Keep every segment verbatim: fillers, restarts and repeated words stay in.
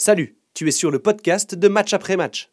Salut, tu es sur le podcast de Match après match.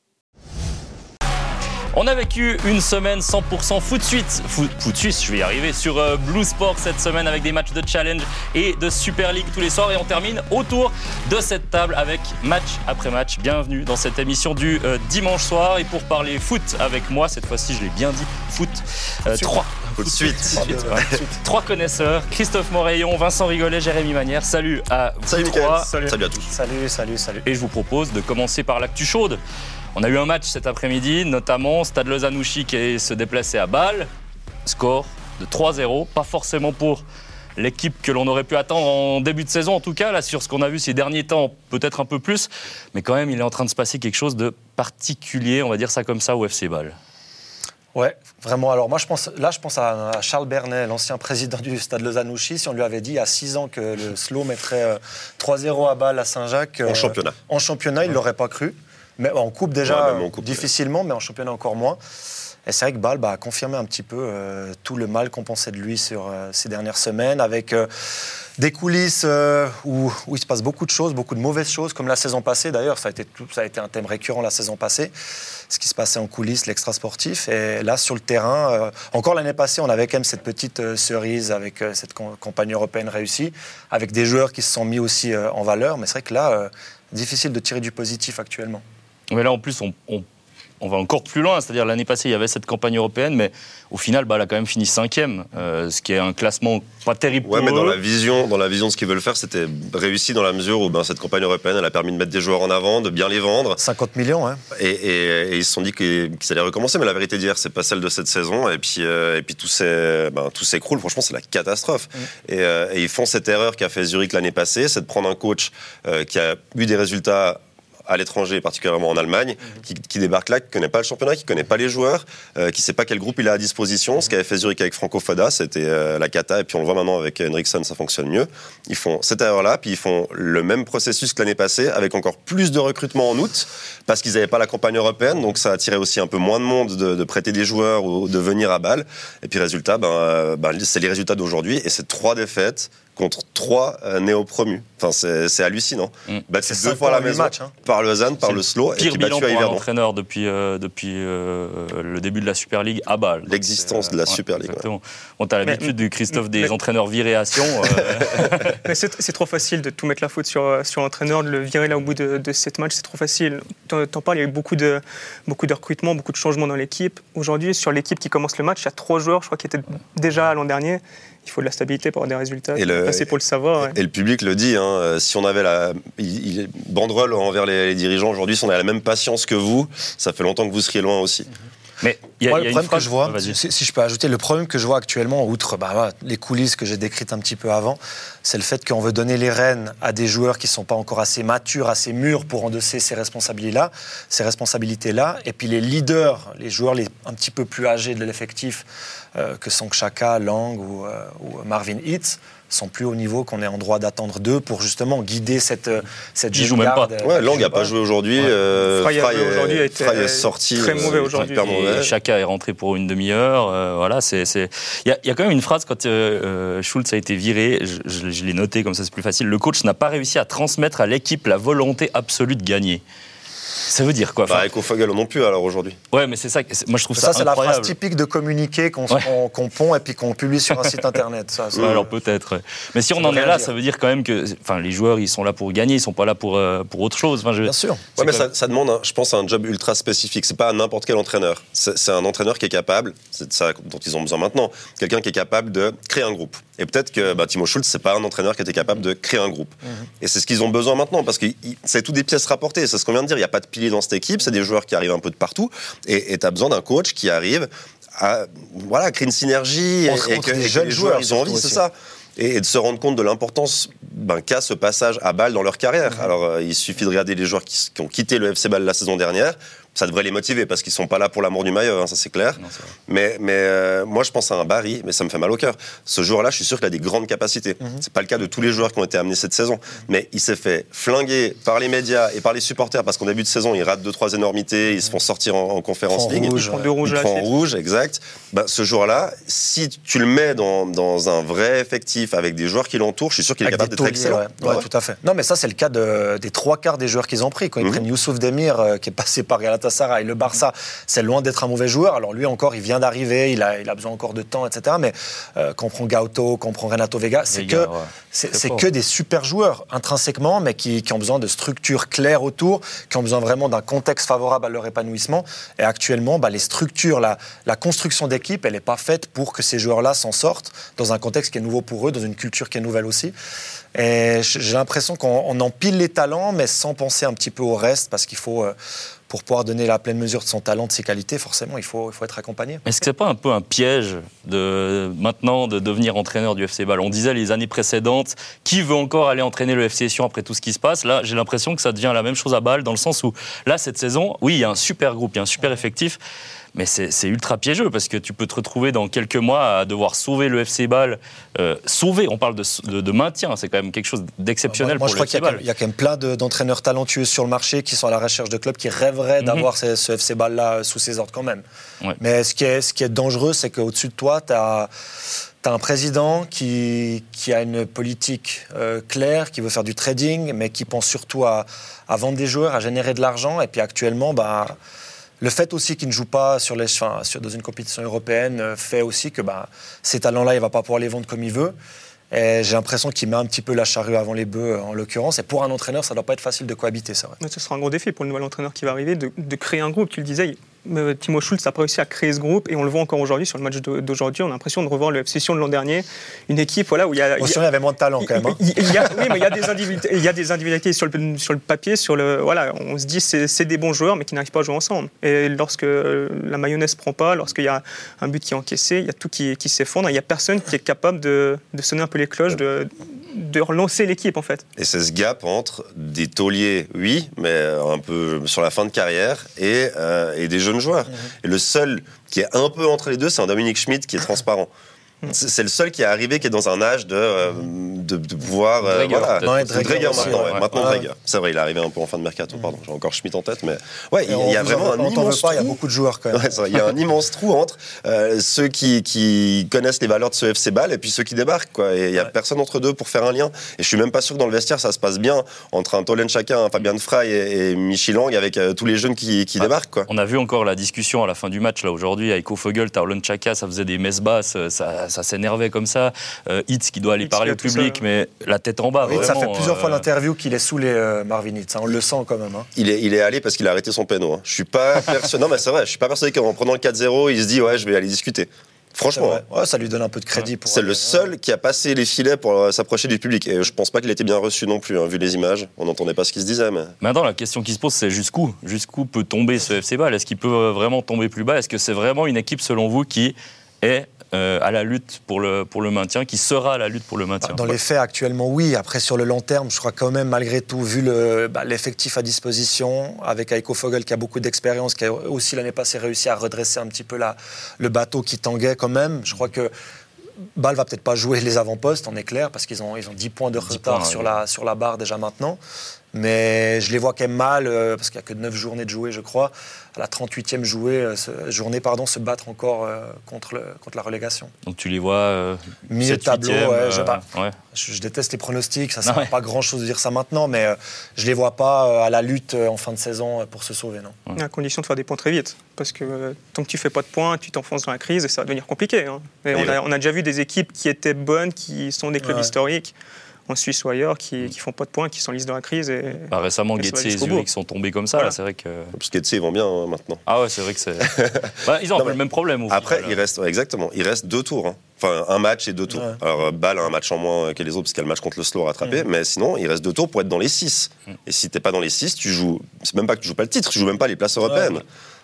On a vécu une semaine cent pour cent foot suite, foot, foot suisse, je vais y arriver, sur euh, Blue Sport cette semaine avec des matchs de Challenge et de Super League tous les soirs. Et on termine autour de cette table avec match après match. Bienvenue dans cette émission du euh, dimanche soir. Et pour parler foot avec moi, cette fois-ci je l'ai bien dit, foot, euh, trois. Foot suite. suite, ouais. Trois connaisseurs, Christophe Moreillon, Vincent Rigolet, Jérémy Manière. Salut à vous Salut trois. Salut. Salut à tous. Salut, salut, salut. Et je vous propose de commencer par l'actu chaude. On a eu un match cet après-midi, notamment Stade Lozanouchi qui se déplaçait à Bâle. Score de trois zéro, pas forcément pour l'équipe que l'on aurait pu attendre en début de saison, en tout cas, là, sur ce qu'on a vu ces derniers temps, peut-être un peu plus. Mais quand même, il est en train de se passer quelque chose de particulier, on va dire ça comme ça, au F C Bâle. Ouais, vraiment. Alors moi, je pense, là, je pense à, à Charles Bernet, l'ancien président du Stade Lozanouchi. Si on lui avait dit il y a six ans que le S L O mettrait euh, trois zéro à Bâle à Saint-Jacques... En euh, championnat. En championnat, il ne l'aurait pas cru. Mais en coupe déjà, ouais, en coupe, difficilement, ouais. Mais en championnat encore moins. Et c'est vrai que Bâle bah, a confirmé un petit peu euh, tout le mal qu'on pensait de lui sur euh, ces dernières semaines, avec euh, des coulisses euh, où, où il se passe beaucoup de choses, beaucoup de mauvaises choses, comme la saison passée d'ailleurs. Ça a été, tout, ça a été un thème récurrent la saison passée, ce qui se passait en coulisses, l'extra-sportif. Et là, sur le terrain, euh, encore l'année passée, on avait quand même cette petite euh, cerise avec euh, cette com- campagne européenne réussie, avec des joueurs qui se sont mis aussi euh, en valeur. Mais c'est vrai que là, euh, difficile de tirer du positif actuellement. Mais là, en plus, on, on, on va encore plus loin. C'est-à-dire, l'année passée, il y avait cette campagne européenne, mais au final, bah, elle a quand même fini cinquième, euh, ce qui est un classement pas terrible Ouais, pour mais eux. dans la vision, dans la vision de ce qu'ils veulent faire, c'était réussi dans la mesure où ben, cette campagne européenne, elle a permis de mettre des joueurs en avant, de bien les vendre. cinquante millions, hein. Et, et, et ils se sont dit qu'ils, qu'ils allaient recommencer, mais la vérité d'hier, c'est pas celle de cette saison. Et puis, euh, et puis tout, s'est, ben, tout s'écroule. Franchement, c'est la catastrophe. Mmh. Et, euh, et ils font cette erreur qu'a fait Zurich l'année passée, c'est de prendre un coach euh, qui a eu des résultats à l'étranger, particulièrement en Allemagne, mmh. qui, qui débarque là, qui ne connaît pas le championnat, qui ne connaît pas les joueurs, euh, qui ne sait pas quel groupe il a à disposition. Mmh. Ce qu'avait fait Zurich avec Franco Foda, c'était euh, la cata, et puis on le voit maintenant avec Henriksen, ça fonctionne mieux. Ils font cette erreur-là, puis ils font le même processus que l'année passée, avec encore plus de recrutement en août, parce qu'ils n'avaient pas la campagne européenne, donc ça attirait aussi un peu moins de monde de, de prêter des joueurs ou de venir à Bâle. Et puis résultat, ben, euh, ben, c'est les résultats d'aujourd'hui, et c'est trois défaites contre trois euh, néo-promus. Enfin, c'est, c'est hallucinant. Mmh. Battu deux fois à la maison, match, hein. par Lausanne, par c'est le S L O, pire et puis bilan battu à pour Yverdon. Un entraîneur depuis, euh, depuis euh, le début de la Super League à Bâle. L'existence c'est, de la euh, Super League. Exactement. Ouais. On t'a l'habitude mais, du Christophe des mais, entraîneurs virés à Sion. Euh... mais c'est, c'est trop facile de tout mettre la faute sur, sur l'entraîneur, de le virer là au bout de, de sept matchs, c'est trop facile. T'en, t'en parles, il y a eu beaucoup de, beaucoup de recrutements, beaucoup de changements dans l'équipe. Aujourd'hui, sur l'équipe qui commence le match, il y a trois joueurs, je crois, qui étaient déjà l'an dernier. Il faut de la stabilité pour avoir des résultats. Et le, c'est pour le savoir. Ouais. Et le public le dit. Hein, si on avait la il, il, banderole envers les, les dirigeants aujourd'hui, si on avait la même patience que vous, ça fait longtemps que vous seriez loin aussi. Mais il y a, Moi, y a le problème une phrase... que je vois, ah, si, si je peux ajouter, le problème que je vois actuellement, outre bah, bah, les coulisses que j'ai décrites un petit peu avant, c'est le fait qu'on veut donner les rênes à des joueurs qui ne sont pas encore assez matures, assez mûrs pour endosser ces responsabilités-là, ces responsabilités-là. Et puis les leaders, les joueurs les, un petit peu plus âgés de l'effectif, euh, que sont Xhaka, Lang ou, euh, ou Marvin Hitz, sont plus au niveau qu'on est en droit d'attendre d'eux pour justement guider cette cette jeune garde. Ouais, Lang n'a pas joué aujourd'hui. Ouais. Euh, Frey, Frey, aujourd'hui est, été Frey est sorti. Très mauvais euh, aujourd'hui. Et Xhaka est rentré pour une demi-heure. Euh, voilà, c'est c'est. Il y a, y a quand même une phrase quand euh, Schulz a été viré. Je, je, je l'ai noté comme ça, c'est plus facile. Le coach n'a pas réussi à transmettre à l'équipe la volonté absolue de gagner. Ça veut dire quoi? Bah, avec Ofagel non plus alors aujourd'hui. Ouais, mais c'est ça. Moi je trouve ça, ça c'est incroyable. la phrase typique de communiqué qu'on, ouais. qu'on, qu'on pond et puis qu'on publie sur un site internet. Ça, ouais, alors peut-être. Ouais. Mais si on en est là, dire. Ça veut dire quand même que, enfin, les joueurs ils sont là pour gagner, ils sont pas là pour euh, pour autre chose. Enfin, je... Bien sûr. Ouais, mais ça, ça demande, un, je pense, un job ultra spécifique. C'est pas n'importe quel entraîneur. C'est, c'est un entraîneur qui est capable. C'est de ça dont ils ont besoin maintenant. Quelqu'un qui est capable de créer un groupe. Et peut-être que bah, Timo Schulz, c'est pas un entraîneur qui était capable de créer un groupe. Mm-hmm. Et c'est ce qu'ils ont besoin maintenant, parce que c'est tout des pièces rapportées. C'est ce qu'on vient de dire. Il y a pas de pilier dans cette équipe. C'est des joueurs qui arrivent un peu de partout. Et tu as besoin d'un coach qui arrive à voilà, créer une synergie entre, et, entre et que des et jeunes que les joueurs, joueurs, ils ont envie, aussi. C'est ça. Et, et de se rendre compte de l'importance ben, qu'a ce passage à Bâle dans leur carrière. Mmh. Alors, euh, il suffit de regarder les joueurs qui, qui ont quitté le F C Bâle la saison dernière. Ça devrait les motiver parce qu'ils sont pas là pour l'amour du maillot, hein, ça c'est clair. Non, c'est vrai. Mais, mais euh, moi je pense à un Barry, mais ça me fait mal au cœur. Ce joueur-là, je suis sûr qu'il a des grandes capacités. Mm-hmm. C'est pas le cas de tous les joueurs qui ont été amenés cette saison, mm-hmm. mais il s'est fait flinguer par les médias et par les supporters parce qu'en début de saison, ils ratent deux trois énormités, mm-hmm. ils se font sortir en, en Conference League. Rouge, ils prend deux rouges, il prend en rouge, exact. Ben, ce joueur-là, si tu le mets dans, dans un vrai effectif avec des joueurs qui l'entourent, je suis sûr qu'il est avec capable d'être excellent. Ouais. Ouais, ouais, tout à fait. Non, mais ça c'est le cas de, des trois quarts des joueurs qu'ils ont pris. Quand ils mm-hmm. prennent Youssouf Demir, euh, qui est passé par Galatasaray, le Barça, c'est loin d'être un mauvais joueur. Alors lui encore, il vient d'arriver, il a, il a besoin encore de temps, et cetera. Mais euh, quand on prend Gauto, quand on prend Renato Vega, c'est, Vega, que, ouais. c'est, c'est que des super joueurs intrinsèquement, mais qui, qui ont besoin de structures claires autour, qui ont besoin vraiment d'un contexte favorable à leur épanouissement. Et actuellement, bah, les structures, la, la construction d'équipe, elle n'est pas faite pour que ces joueurs-là s'en sortent dans un contexte qui est nouveau pour eux, dans une culture qui est nouvelle aussi. Et j'ai l'impression qu'on on empile les talents, mais sans penser un petit peu au reste, parce qu'il faut... Euh, pour pouvoir donner la pleine mesure de son talent, de ses qualités, forcément, il faut, il faut être accompagné. Est-ce que c'est pas un peu un piège de maintenant de devenir entraîneur du F C Bâle ? On disait les années précédentes, qui veut encore aller entraîner le F C Sion après tout ce qui se passe ? Là, j'ai l'impression que ça devient la même chose à Bâle, dans le sens où, là, cette saison, oui, il y a un super groupe, il y a un super effectif, mais c'est, c'est ultra piégeux, parce que tu peux te retrouver dans quelques mois à devoir sauver le F C Bâle. Euh, sauver, on parle de, de, de maintien, c'est quand même quelque chose d'exceptionnel moi, moi, pour le F C Bâle. Il y a quand même plein de, d'entraîneurs talentueux sur le marché qui sont à la recherche de clubs qui rêveraient mm-hmm. d'avoir ce, ce F C Bâle-là sous ses ordres quand même. Ouais. Mais ce qui, est, ce qui est dangereux, c'est qu'au-dessus de toi, tu as... T'as un président qui, qui a une politique euh, claire, qui veut faire du trading, mais qui pense surtout à, à vendre des joueurs, à générer de l'argent. Et puis actuellement, bah, le fait aussi qu'il ne joue pas sur les, enfin, sur, dans une compétition européenne fait aussi que bah, ces talents-là, il ne va pas pouvoir les vendre comme il veut. Et j'ai l'impression qu'il met un petit peu la charrue avant les bœufs, en l'occurrence. Et pour un entraîneur, ça ne doit pas être facile de cohabiter, ça. Ouais. Ce sera un gros défi pour le nouvel entraîneur qui va arriver, de, de créer un groupe. Tu le disais, Timo Schultz a réussi à créer ce groupe, et on le voit encore aujourd'hui sur le match d'aujourd'hui. On a l'impression de revoir le F C Sion de l'an dernier, une équipe voilà où il y a. Bon, il y avait moins de talent quand même. Hein. Il, il y a, oui, mais il y a des individualités, il y a des individualités sur le sur le papier, sur le voilà. On se dit c'est c'est des bons joueurs, mais qui n'arrivent pas à jouer ensemble. Et lorsque la mayonnaise prend pas, lorsqu'il y a un but qui est encaissé, il y a tout qui qui s'effondre. Il y a personne qui est capable de de sonner un peu les cloches, de de relancer l'équipe en fait. Et c'est ce gap entre des tauliers, oui, mais un peu sur la fin de carrière, et, euh, et des jeunes joueurs. Mmh. Et le seul qui est un peu entre les deux, c'est un Dominique Schmidt qui est transparent. C'est le seul qui est arrivé, qui est dans un âge de, euh, de, de pouvoir... Euh, Dragueur, voilà. non, Dragueur maintenant, ouais. ouais. maintenant ouais. Dragueur. C'est vrai, il est arrivé un peu en fin de mercato, pardon. J'ai encore Schmidt en tête, mais... Ouais, il y, y a vraiment en, un immense pas, trou. Il y a beaucoup de joueurs, quand même. Ouais, il y a un immense trou entre euh, ceux qui, qui connaissent les valeurs de ce F C Bâle et puis ceux qui débarquent, quoi. Et il n'y a ouais. personne entre deux pour faire un lien. Et je suis même pas sûr que dans le vestiaire, ça se passe bien entre un Tolen Chaka, un Fabien Frey et, et Michi Lang avec euh, tous les jeunes qui, qui ah, débarquent, quoi. On a vu encore la discussion à la fin du match, là, aujourd'hui, avec Kofogel, Tolen Chaka, ça faisait des messes basses, ça, ça s'énervait comme ça. Euh, Hitz qui doit aller Hitz parler au public, ça, mais la tête en bas. Oui, vraiment, ça fait plusieurs euh... fois l'interview qu'il est saoulé, euh, Marvin Hitz. Hein, on le sent quand même. Hein. Il, est, il est allé parce qu'il a arrêté son péno. Hein. Je suis pas persuadé. Non, mais c'est vrai, je suis pas persuadé qu'en prenant le quatre zéro, il se dit ouais, je vais aller discuter. Franchement, ouais, ça lui donne un peu de crédit. Pour c'est aller, le seul hein. qui a passé les filets pour s'approcher du public. Et je pense pas qu'il était bien reçu non plus, hein, vu les images. On n'entendait pas ce qu'il se disait. Mais... Maintenant, la question qui se pose, c'est jusqu'où Jusqu'où peut tomber ce F C Bâle ? Est-ce qu'il peut vraiment tomber plus bas ? Est-ce que c'est vraiment une équipe, selon vous, qui est Euh, à la lutte pour le, pour le maintien, qui sera à la lutte pour le maintien? Dans les faits, actuellement, oui. Après, sur le long terme, je crois quand même, malgré tout, vu le, bah, l'effectif à disposition, avec Heiko Vogel qui a beaucoup d'expérience, qui a aussi l'année passée réussi à redresser un petit peu la, le bateau qui tanguait quand même, je crois que Bâle va peut-être pas jouer les avant-postes, on est clair, parce qu'ils ont, ils ont dix points de retard points, sur, ouais. la, sur la barre déjà maintenant. Mais je les vois quand même mal, euh, parce qu'il n'y a que neuf journées de jouer, je crois, à la trente-huitième jouée, euh, ce, journée pardon, se battre encore euh, contre, le, contre la relégation. Donc tu les vois euh, milieu de tableau, ouais, euh, je, pas, ouais. je, je déteste les pronostics, ça ne sert ouais. pas grand-chose de dire ça maintenant, mais euh, je ne les vois pas euh, à la lutte euh, en fin de saison euh, pour se sauver. Non. Ouais. À condition de faire des points très vite, parce que euh, tant que tu ne fais pas de points, tu t'enfonces dans la crise et ça va devenir compliqué. Hein. Et on, a, on a déjà vu des équipes qui étaient bonnes, qui sont des clubs ouais. historiques, en Suisse ou ailleurs, qui, qui font pas de points, qui sont lisses dans la crise. Et, bah, récemment, Getse et Zurich sont tombés comme ça. Voilà. Là, c'est vrai que... Parce que Getse, ils vont bien hein, maintenant. Ah ouais, c'est vrai que c'est... bah, ils ont non, un peu le même problème. Au après, final. il reste, ouais, exactement, il reste deux tours. Hein. Enfin, un match et deux tours. Ouais. Alors, Bâle a un match en moins que les autres, parce qu'il y a le match contre le Slow à rattraper. Mmh. Mais sinon, il reste deux tours pour être dans les six. Mmh. Et si t'es pas dans les six, tu joues... C'est même pas que tu joues pas le titre, tu joues même pas les places européennes. Ouais.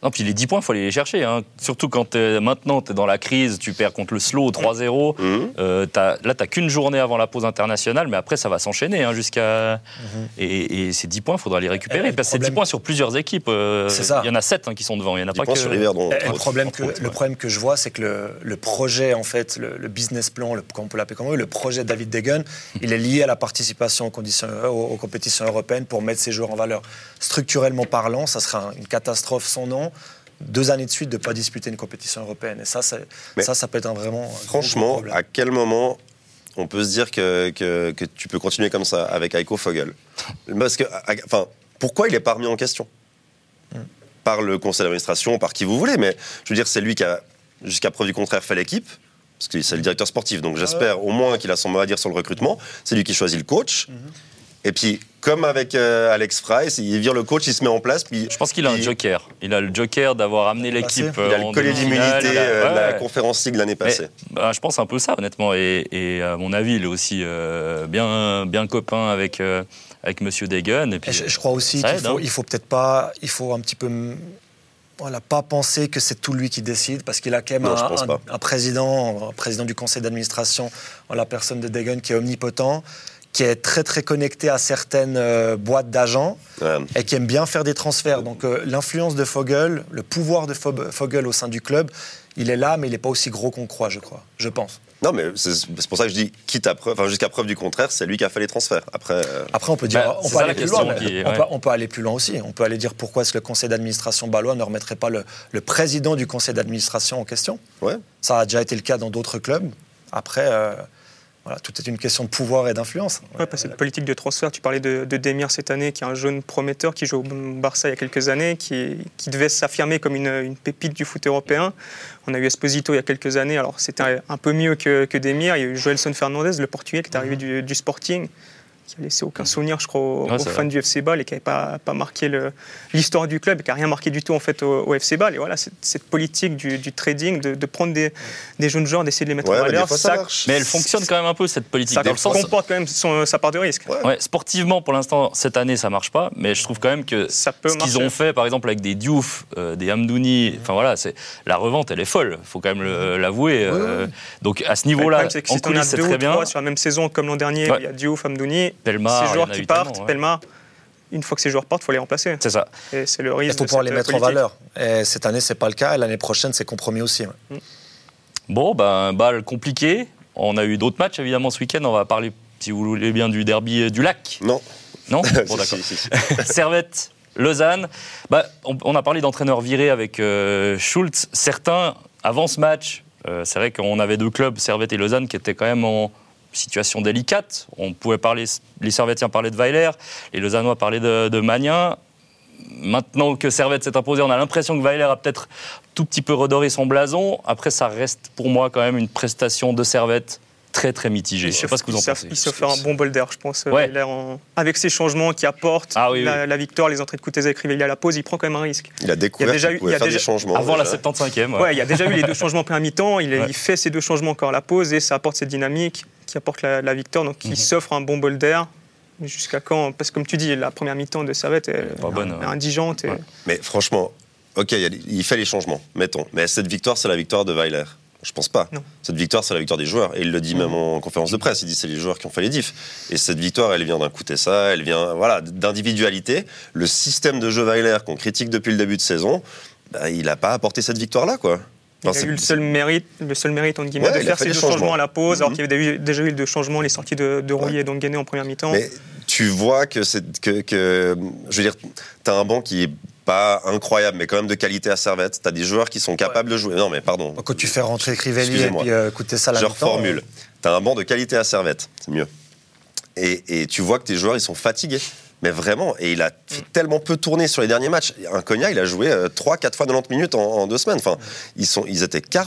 Non, puis les dix points, il faut aller les chercher. Hein. Surtout quand t'es, maintenant, tu es dans la crise, tu perds contre le Slow trois zéro. Mmh. Euh, t'as, là, tu n'as qu'une journée avant la pause internationale, mais après, ça va s'enchaîner hein, jusqu'à. Mmh. Et, et ces dix points, il faudra les récupérer. Et parce que c'est dix points sur plusieurs équipes. Euh, c'est ça. Il y en a sept hein, qui sont devant. Il y en a dix pas points que. Sur Riverdon, et, et le, problème que, le problème que je vois, c'est que le, le projet, en fait, le, le business plan, le, on peut l'appeler comme on veut, le projet de David Degon, il est lié à la participation aux, conditions, aux, aux compétitions européennes pour mettre ses joueurs en valeur. Structurellement parlant, ça sera une catastrophe sans nom. Deux années de suite de ne pas disputer une compétition européenne. Et ça, ça, ça peut être un vraiment. Un franchement, à quel moment on peut se dire que, que, que tu peux continuer comme ça avec Heiko Vogel ? Parce que, enfin, pourquoi il n'est pas remis en question ? mm. Par le conseil d'administration, par qui vous voulez, mais je veux dire, c'est lui qui a, jusqu'à preuve du contraire, fait l'équipe. Parce que c'est le directeur sportif, donc j'espère au moins qu'il a son mot à dire sur le recrutement. C'est lui qui choisit le coach. Mm-hmm. Et puis, comme avec euh, Alex Frey, il vire le coach, il se met en place. Puis, je pense qu'il a puis, un joker. Il a le joker d'avoir amené l'équipe. Il a le collier d'immunité euh, de la ouais. Conférence League l'année passée. Mais, bah, je pense un peu ça, honnêtement. Et, et à mon avis, il est aussi euh, bien, bien copain avec, euh, avec Monsieur Degon. Et puis, et je, je crois aussi qu'il aide, faut, hein. il faut peut-être pas, il faut un petit peu. Voilà, pas penser que c'est tout lui qui décide, parce qu'il a quand même non, un, un, un président, un président du conseil d'administration, en la personne de Degon, qui est omnipotent, qui est très très connecté à certaines euh, boîtes d'agents ouais. et qui aime bien faire des transferts. Donc euh, l'influence de Vogel, le pouvoir de Vogel au sein du club, il est là, mais il n'est pas aussi gros qu'on croit, je crois, je pense. Non, mais c'est, c'est pour ça que je dis, quitte à preuve, enfin, jusqu'à preuve du contraire, c'est lui qui a fait les transferts. Après, euh... Après on peut dire, bah, on, peut aller plus loin, qui est, on, ouais. peut, on peut aller plus loin aussi. On peut aller dire pourquoi est-ce que le conseil d'administration bâlois ne remettrait pas le, le président du conseil d'administration en question. Ouais. Ça a déjà été le cas dans d'autres clubs. Après. Euh, Voilà, tout est une question de pouvoir et d'influence. Ouais, parce que cette politique de transfert, tu parlais de, de Demir cette année, qui est un jeune prometteur qui joue au Barça il y a quelques années, qui, qui devait s'affirmer comme une, une pépite du foot européen. On a eu Esposito il y a quelques années, alors c'était un peu mieux que, que Demir. Il y a eu Joelson Fernandez, le Portugais, qui est arrivé du, du Sporting, qui n'a laissé aucun souvenir, je crois, aux, ouais, aux fans du F C Bâle et qui n'avait pas, pas marqué le, l'histoire du club et qui n'a rien marqué du tout en fait, au, au F C Bâle. Et voilà, cette, cette politique du, du trading, de, de prendre des, des jeunes joueurs, d'essayer de les mettre ouais, en valeur. Ça, ça marche. Mais elle fonctionne quand même un peu, cette politique. Ça dans le sens... comporte quand même son, sa part de risque. Ouais. Ouais, sportivement, pour l'instant, cette année, ça ne marche pas. Mais je trouve quand même que ça peut ce qu'ils marcher. ont fait, par exemple, avec des Diouf, euh, des Hamdouni, enfin voilà, c'est, la revente, elle est folle. Il faut quand même le, l'avouer. Oui, euh, oui. Donc à ce niveau-là, c'est que en si coulisses, c'est deux très ou bien. trois sur la même saison comme l'an dernier, ouais. il y a Diouf, Hamdouni, Pelmar, ces joueurs qui partent, tellement, ouais. Pelmar, une fois que ces joueurs partent, il faut les remplacer. C'est ça. Et c'est le risque. Il faut pouvoir les mettre politique. en valeur. Et cette année, c'est pas le cas. Et l'année prochaine, c'est compromis aussi. Ouais. Mm. Bon, ben, balle compliquée. On a eu d'autres matchs, évidemment, ce week-end. On va parler, si vous voulez bien, du derby du Lac. Non. Non Bon, d'accord. si, si, si. Servette, Lausanne. Bah, on, on a parlé d'entraîneurs virés avec euh, Schultz. Certains, avant ce match, euh, c'est vrai qu'on avait deux clubs, Servette et Lausanne, qui étaient quand même en situation délicate. On pouvait parler, les Servettiens parlaient de Weiler, les Lausannois parlaient de, de Magnin. Maintenant que Servette s'est imposé, on a l'impression que Weiler a peut-être tout petit peu redoré son blason. Après, ça reste pour moi quand même une prestation de Servette très très mitigée. Je ne sais pas ce que vous en pensez. Il se fait un bon bol d'air, je pense. Ouais. Weiler en... Avec ses changements qui apportent ah, oui, la, oui. la victoire, les entrées de Kuteza et Crivelli à la pause, il prend quand même un risque. Il a découvert déjà qu'il eu, pouvait il y a faire déjà... des changements. Avant déjà. la septantacinquième. Ouais. Ouais, il y a déjà eu les deux changements en première mi-temps. Il, ouais. il fait ces deux changements encore à la pause et ça apporte cette dynamique qui apporte la, la victoire. Donc, il mm-hmm. s'offre un bon bol d'air. Jusqu'à quand ? Parce que comme tu dis, la première mi-temps de Servette est pas bonne, est indigente. Et... Ouais. Mais franchement, ok, il fait les changements, mettons. Mais cette victoire, c'est la victoire de Weiler. Je pense pas. Non. Cette victoire, c'est la victoire des joueurs. Et il le dit mmh. même en conférence de presse. Il dit c'est les joueurs qui ont fait les diffs. Et cette victoire, elle vient d'un coup ça, elle vient voilà, d'individualité. Le système de jeu Weiler qu'on critique depuis le début de saison, bah, il n'a pas apporté cette victoire-là, quoi. Il enfin, a eu le seul mérite, le seul mérite entre guillemets, ouais, de faire ces deux changements. changements à la pause, mmh. alors qu'il y avait déjà eu deux changements, les sorties de, de Rouillet ouais. et d'Onguené en première mi-temps. Mais tu vois que c'est que, que je veux dire, t'as un banc qui est pas incroyable, mais quand même de qualité à Servette. T'as des joueurs qui sont capables ouais. de jouer. Non, mais pardon. Quand tu fais rentrer Crivelli et puis euh, écouter ça à la Je mi-temps. Je reformule. Euh... T'as un banc de qualité à Servette, c'est mieux. Et, et tu vois que tes joueurs, ils sont fatigués. Mais vraiment, et il a fait mm. tellement peu tourner sur les derniers matchs. Un Cognac, il a joué euh, trois quatre fois quatre-vingt-dix minutes en, en deux semaines. Enfin, mm. ils, sont, ils étaient carbo.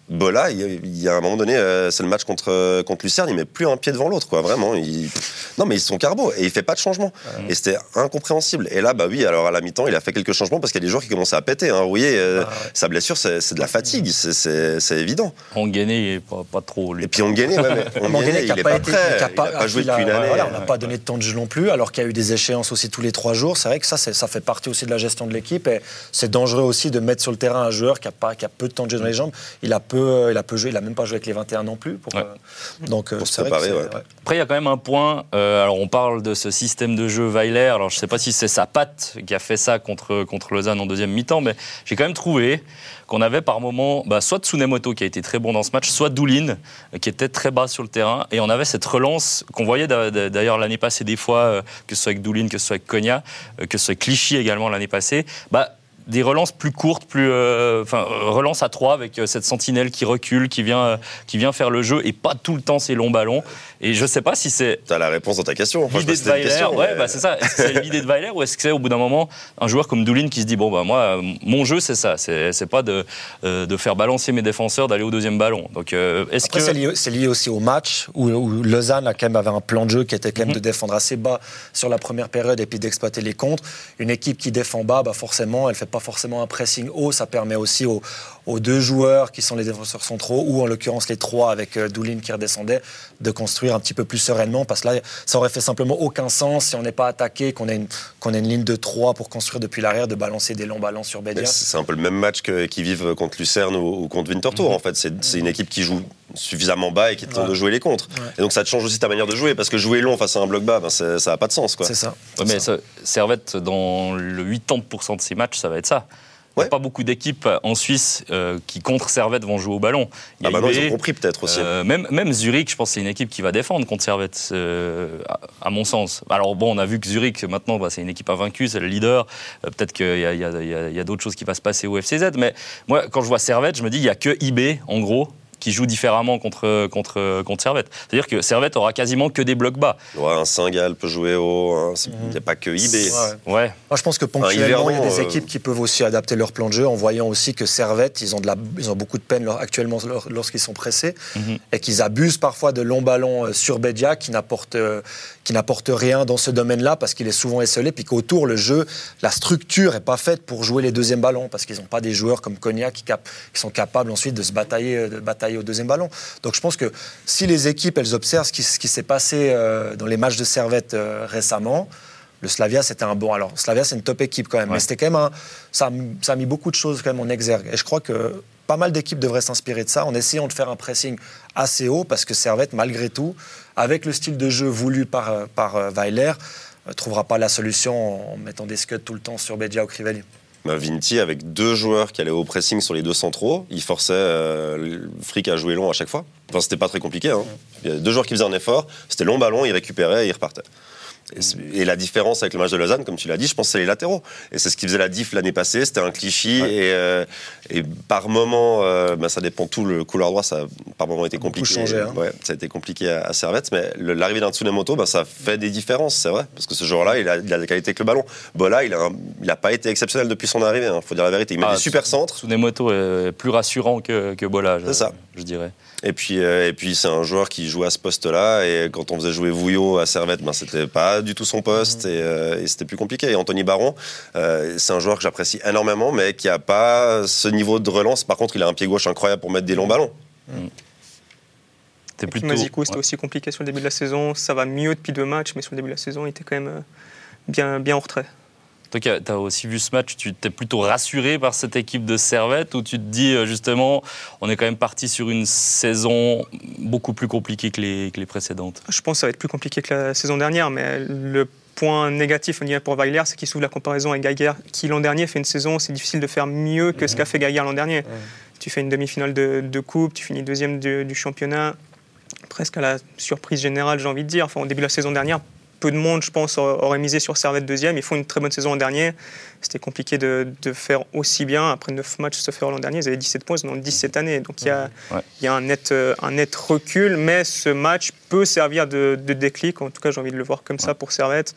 Bola, il, il y a un moment donné, euh, c'est le match contre, contre Lucerne, il met plus un pied devant l'autre, quoi, vraiment. Il... Non, mais ils sont carbo et il fait pas de changement. Mmh. Et c'était incompréhensible. Et là, bah oui, alors à la mi-temps, il a fait quelques changements parce qu'il y a des joueurs qui commençaient à péter. Hein. Rouillé, euh, ah, ouais. sa blessure, c'est, c'est de la fatigue, c'est, c'est, c'est évident. Onguené, il est pas, pas trop. Lui. Et puis Onguené, ouais, Onguené, il n'est pas été, prêt. Il n'a pas, pas joué depuis une année. Voilà, on n'a pas donné de temps de jeu non plus, alors qu'il y a eu des échéances aussi tous les trois jours. C'est vrai que ça, c'est, ça fait partie aussi de la gestion de l'équipe. Et c'est dangereux aussi de mettre sur le terrain un joueur qui a, pas, qui a peu de temps de jeu dans les jambes. Il a peu, il a peu joué. Il n'a même pas joué avec les vingt et un non plus. Pour, ouais. euh, donc, pour c'est se préparer. vrai Ouais. Ouais. Après, il y a quand même un point. Euh, alors, on parle de ce système de jeu Weiler. Alors, je ne sais pas si c'est sa patte qui a fait ça contre, contre Lausanne en deuxième mi-temps, mais j'ai quand même trouvé qu'on avait par moment bah, soit Tsunemoto qui a été très bon dans ce match, soit Doulin qui était très bas sur le terrain. Et on avait cette relance qu'on voyait d'ailleurs l'année passée des fois, que ce soit avec Doulin, que ce soit avec Konya, que ce soit avec Clichy également l'année passée. Bah, des relances plus courtes, plus, euh, enfin, relance à trois avec cette sentinelle qui recule, qui vient, euh, qui vient faire le jeu et pas tout le temps ces longs ballons. Et je sais pas si c'est. T'as la réponse dans ta question. Enfin, l'idée de Weiler, ouais, mais... bah, c'est ça. Est-ce que c'est l'idée de Weiler ou est-ce que c'est au bout d'un moment un joueur comme Doulin qui se dit bon bah moi mon jeu c'est ça, c'est, c'est pas de, euh, de faire balancer mes défenseurs, d'aller au deuxième ballon. Donc euh, est-ce Après, que c'est lié, c'est lié aussi au match où, où Lausanne a quand même avait un plan de jeu qui était quand même mm-hmm. de défendre assez bas sur la première période et puis d'exploiter les contres. Une équipe qui défend bas, bah forcément, elle fait pas forcément un pressing haut, ça permet aussi aux, aux deux joueurs qui sont les défenseurs centraux, ou en l'occurrence les trois avec euh, Doulin qui redescendait, de construire un petit peu plus sereinement, parce que là, ça aurait fait simplement aucun sens si on n'est pas attaqué, qu'on ait une, qu'on ait une ligne de trois pour construire depuis l'arrière, de balancer des longs ballons sur Bédia. C'est un peu le même match que, qu'ils vivent contre Lucerne ou, ou contre Winterthur, mm-hmm. en fait. C'est, c'est une équipe qui joue suffisamment bas et qui tente ouais. de jouer les contres. Ouais. Et donc ça te change aussi ta manière de jouer, parce que jouer long face à un bloc bas, ben ça n'a pas de sens, quoi. C'est ça. Ouais, mais ça. Servette, dans le quatre-vingts pour cent de ses matchs, ça va être ça. Il n'y a ouais. pas beaucoup d'équipes en Suisse euh, qui, contre Servette, vont jouer au ballon. Il y a ah bah non, U B, ils ont compris peut-être aussi. Euh, même, même Zurich, je pense que c'est une équipe qui va défendre contre Servette, euh, à, à mon sens. Alors bon, on a vu que Zurich, maintenant, bah, c'est une équipe invaincue, c'est le leader. Euh, peut-être qu'il y a, il y a, il y a, il y a d'autres choses qui vont se passer au F C Z. Mais moi, quand je vois Servette, je me dis, il n'y a que I B, en gros, qui joue différemment contre, contre, contre Servette. C'est-à-dire que Servette aura quasiment que des blocs bas. Ouais, un Saint-Gall peut jouer haut, il hein, n'y a pas que I B. Ouais. ouais. Moi, je pense que ponctuellement, il y a des équipes euh... qui peuvent aussi adapter leur plan de jeu en voyant aussi que Servette, ils ont, de la, ils ont beaucoup de peine actuellement lorsqu'ils sont pressés mm-hmm. et qu'ils abusent parfois de longs ballons sur Bédia qui n'apportent, qui n'apportent rien dans ce domaine-là parce qu'il est souvent esselé, puis qu'autour, le jeu, la structure n'est pas faite pour jouer les deuxièmes ballons parce qu'ils n'ont pas des joueurs comme Konya qui, cap, qui sont capables ensuite de se batailler, de batailler au deuxième ballon. Donc je pense que si les équipes elles observent ce qui, ce qui s'est passé euh, dans les matchs de Servette euh, récemment, le Slavia c'était un bon. Alors Slavia c'est une top équipe quand même, ouais. mais c'était quand même un, ça, ça a mis beaucoup de choses quand même en exergue. Et je crois que pas mal d'équipes devraient s'inspirer de ça en essayant de faire un pressing assez haut parce que Servette malgré tout, avec le style de jeu voulu par par euh, Weiler, ne euh, trouvera pas la solution en mettant des scuds tout le temps sur Bédia ou Crivelli. Vinti, avec deux joueurs qui allaient au pressing sur les deux centraux, il forçait euh, Frick à jouer long à chaque fois. Enfin, c'était pas très compliqué. Hein. Il y avait deux joueurs qui faisaient un effort, c'était long ballon, ils récupéraient et ils repartaient. Et, et la différence avec le match de Lausanne, comme tu l'as dit, je pense que c'est les latéraux. Et c'est ce qui faisait la diff l'année passée, c'était un Clichy. Ouais. Et, euh, et par moment, euh, ben ça dépend tout, le couloir droit, ça a par moment été compliqué. Changé, hein. Ouais, ça a été compliqué à, à Servette, mais le, l'arrivée d'un Tsunemoto, ben ça fait des différences, c'est vrai. Parce que ce joueur-là, il a, il a des qualités avec le ballon. Bola, il n'a il a pas été exceptionnel depuis son arrivée, il hein, faut dire la vérité. Il met ah, des super centres. Tsunemoto est plus rassurant que, que Bola, je, c'est ça. je dirais. Et puis, euh, et puis c'est un joueur qui joue à ce poste-là. Et quand on faisait jouer Vouillot à Servette, ben, c'était pas du tout son poste et, euh, et c'était plus compliqué. Et Anthony Baron, euh, c'est un joueur que j'apprécie énormément, mais qui a pas ce niveau de relance. Par contre, il a un pied gauche incroyable pour mettre des longs ballons. Mmh. C'était plutôt. Mazikou, c'était ouais. aussi compliqué sur le début de la saison. Ça va mieux depuis deux matchs, mais sur le début de la saison, il était quand même bien, bien en retrait. Toi qui as aussi vu ce match, tu t'es plutôt rassuré par cette équipe de Servette ou tu te dis justement, on est quand même parti sur une saison beaucoup plus compliquée que les, que les précédentes? Je pense que ça va être plus compliqué que la saison dernière, mais le point négatif pour Weiler, c'est qu'il s'ouvre la comparaison avec Geiger, qui l'an dernier fait une saison, c'est difficile de faire mieux que mmh. ce qu'a fait Geiger l'an dernier. Mmh. Tu fais une demi-finale de, de coupe, tu finis deuxième de, du championnat, presque à la surprise générale, j'ai envie de dire. Enfin, au début de la saison dernière, peu de monde, je pense, aurait misé sur Servette deuxième. Ils font une très bonne saison l'an dernier. C'était compliqué de, de faire aussi bien. Après neuf matchs, sauf erreur l'an dernier, ils avaient dix-sept points, ils en ont dix cette année. Donc il y a, ouais. il y a un, net, un net recul, mais ce match peut servir de, de déclic. En tout cas, j'ai envie de le voir comme ouais. ça pour Servette.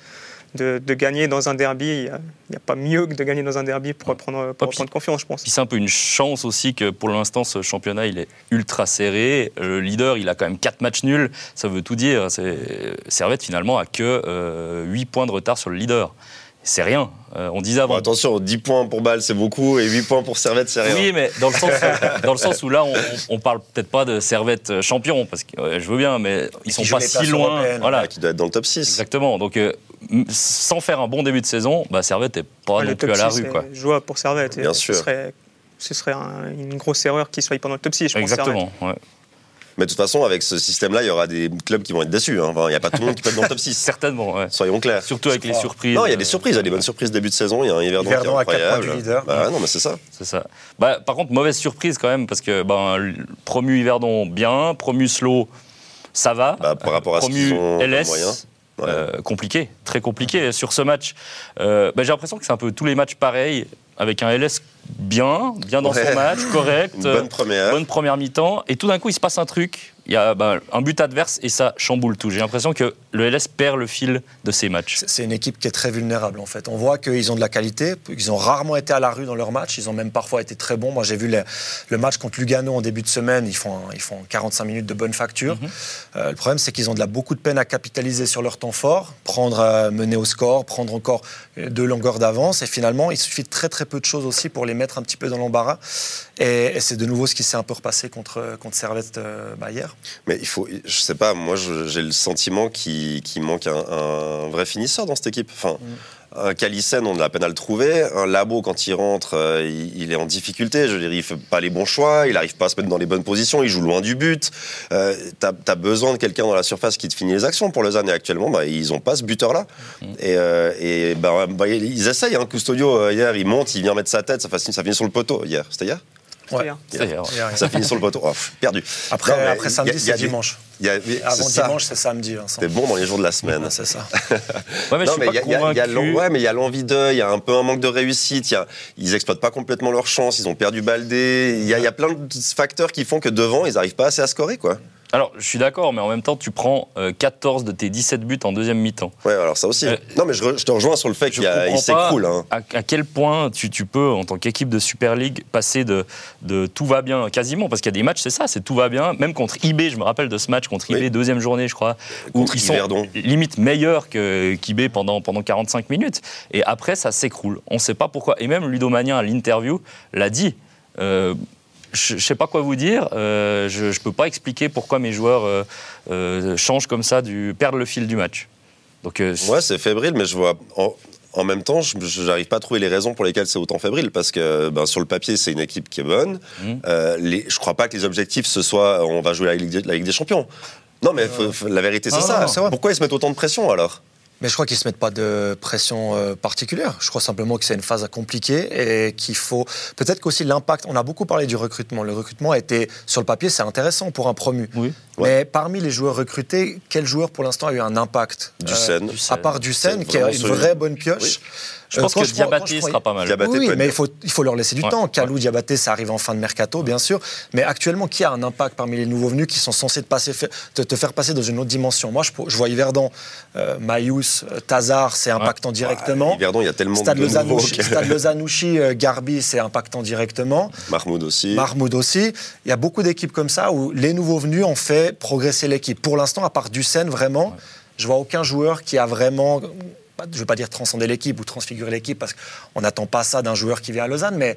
de, de gagner dans un derby. Il n'y a, a pas mieux que de gagner dans un derby pour reprendre, pour reprendre confiance, je pense. Puis c'est un peu une chance aussi que pour l'instant, ce championnat, il est ultra serré. Le leader, il a quand même quatre matchs nuls. Ça veut tout dire. C'est... Servette, finalement, a que euh, huit points de retard sur le leader. C'est rien. Euh, on disait avant. Bon, attention, dix points pour Bâle, c'est beaucoup, et huit points pour Servette, c'est rien. Oui, mais dans le sens où, dans le sens où là, on, on parle peut-être pas de Servette champion, parce que ouais, je veux bien, mais ils sont pas si loin. Voilà. Qui doit être dans le top six. Exactement. Donc, euh, sans faire un bon début de saison, bah, Servette n'est pas ouais, non plus à la rue. C'est jouable pour Servette. Bien et sûr. Ce serait, ce serait un, une grosse erreur qu'ils soient pas dans le top six, je pense. Exactement. Ouais. Mais de toute façon, avec ce système-là, il y aura des clubs qui vont être déçus. Hein. Enfin, il n'y a pas tout le monde qui peut être dans le top six. Certainement, ouais. Soyons clairs. Surtout avec les surprises. Non, il y a des surprises, il y a des bonnes surprises début de saison. Il y a un Yverdon qui est incroyable. à quatre points du leader. Bah, non, mais c'est ça. C'est ça. Bah, par contre, mauvaise surprise quand même, parce que ben, promu Yverdon, bien. Promu Slow, ça va. Bah, par rapport à promu ce qu'ils ont L S, moyens. Ouais. Euh, compliqué, très compliqué. Sur ce match, euh, bah, j'ai l'impression que c'est un peu tous les matchs pareils, avec un L S bien, bien dans ouais. son match, correct. Une bonne première. Bonne première mi-temps. Et tout d'un coup, il se passe un truc. Il y a bah, un but adverse et ça chamboule tout. J'ai l'impression que le L S perd le fil de ses matchs. C'est une équipe qui est très vulnérable en fait. On voit qu'ils ont de la qualité. Ils ont rarement été à la rue dans leur match. Ils ont même parfois été très bons. Moi j'ai vu les, le match contre Lugano en début de semaine. Ils font, ils font quarante-cinq minutes de bonne facture. Mm-hmm. Euh, le problème c'est qu'ils ont de la, beaucoup de peine à capitaliser sur leur temps fort, prendre, euh, mener au score, prendre encore deux longueurs d'avance. Et finalement il suffit de très très peu de choses aussi pour les mettre un petit peu dans l'embarras. Et, et c'est de nouveau ce qui s'est un peu repassé contre, contre Servette euh, bah, hier. Mais il faut, je sais pas, moi je, j'ai le sentiment qu'il, qu'il manque un, un vrai finisseur dans cette équipe. Enfin, mm. un Calissen, on a la peine à le trouver. Un Labo, quand il rentre, euh, il, il est en difficulté. Je veux dire, il fait pas les bons choix, il arrive pas à se mettre dans les bonnes positions, il joue loin du but. Euh, t'as, t'as besoin de quelqu'un dans la surface qui te finit les actions. Pour Lausanne, et actuellement, bah, ils ont pas ce buteur-là. Mm. Et, euh, et bah, bah, ils essayent. Hein. Custodio, euh, hier, il monte, il vient mettre sa tête, ça, ça finit sur le poteau. Hier, c'était hier. Ouais. C'est hier. Ça finit sur le poteau. Oh, perdu. Après, non, après samedi, y a, c'est y a dimanche. Y a, Avant c'est dimanche, c'est samedi. Vincent. T'es bon dans les jours de la semaine. Ouais, c'est ça. Ouais, mais non, je suis pas convaincu. Ouais, mais il y a l'envie d'eux, il y a un peu un manque de réussite. Y a, ils exploitent pas complètement leur chance. Ils ont perdu Baldé. Il y, y a plein de facteurs qui font que devant, ils n'arrivent pas assez à scorer, quoi. Alors, je suis d'accord, mais en même temps, tu prends euh, quatorze de tes dix-sept buts en deuxième mi-temps. Ouais, alors ça aussi. Euh, non, mais je, re, je te rejoins sur le fait qu'il y s'écroule. Hein. À, à quel point tu, tu peux, en tant qu'équipe de Super League, passer de, de tout va bien quasiment, parce qu'il y a des matchs, c'est ça, c'est tout va bien. Même contre I B, je me rappelle de ce match contre I B, oui. deuxième journée, je crois, où contre ils Yverdon. sont limite meilleurs que, qu'I B pendant, pendant quarante-cinq minutes. Et après, ça s'écroule. On ne sait pas pourquoi. Et même Ludo Magnin, à l'interview, l'a dit. Euh, Je ne sais pas quoi vous dire, euh, je ne peux pas expliquer pourquoi mes joueurs euh, euh, changent comme ça, du, perdent le fil du match. Donc, euh, ouais, c'est fébrile, mais je vois... En... En même temps, je n'arrive pas à trouver les raisons pour lesquelles c'est autant fébrile, parce que ben, sur le papier, c'est une équipe qui est bonne. Mmh. Euh, les, je ne crois pas que les objectifs, ce soit on va jouer la Ligue, la Ligue des Champions. Non, mais faut, faut, la vérité, c'est ah, ça. Non, c'est pourquoi ils se mettent autant de pression, alors ? Mais je crois qu'ils ne se mettent pas de pression euh, particulière. Je crois simplement que c'est une phase à compliquer et qu'il faut... Peut-être qu'aussi l'impact... On a beaucoup parlé du recrutement. Le recrutement a été... Sur le papier, c'est intéressant pour un promu. Oui. Mais ouais. parmi les joueurs recrutés, quel joueur pour l'instant a eu un impact ? Ducène. Euh, à part Ducène, qui a une solide. vraie bonne pioche. Oui. Je euh, pense que je Diabaté prends, sera pas mal. Diabaté oui, mais il faut, il faut leur laisser du ouais. temps. Kalou, ouais. Diabaté, ça arrive en fin de mercato, bien sûr. Mais actuellement, qui a un impact parmi les nouveaux venus qui sont censés te, passer, te, te faire passer dans une autre dimension ? Moi, je, je vois Yverdon, euh, Maïus, euh, Tazar, c'est impactant ouais. directement. Ah, Yverdon, il y a tellement Stade de nouveaux. Que... Stade Lozanouchi, euh, Garbi, c'est impactant directement. Mahmoud aussi. Mahmoud aussi. Il y a beaucoup d'équipes comme ça où les nouveaux venus ont fait progresser l'équipe. Pour l'instant, à part Ducène, vraiment, ouais. je vois aucun joueur qui a vraiment... Je ne veux pas dire transcender l'équipe ou transfigurer l'équipe parce qu'on n'attend pas ça d'un joueur qui vient à Lausanne, mais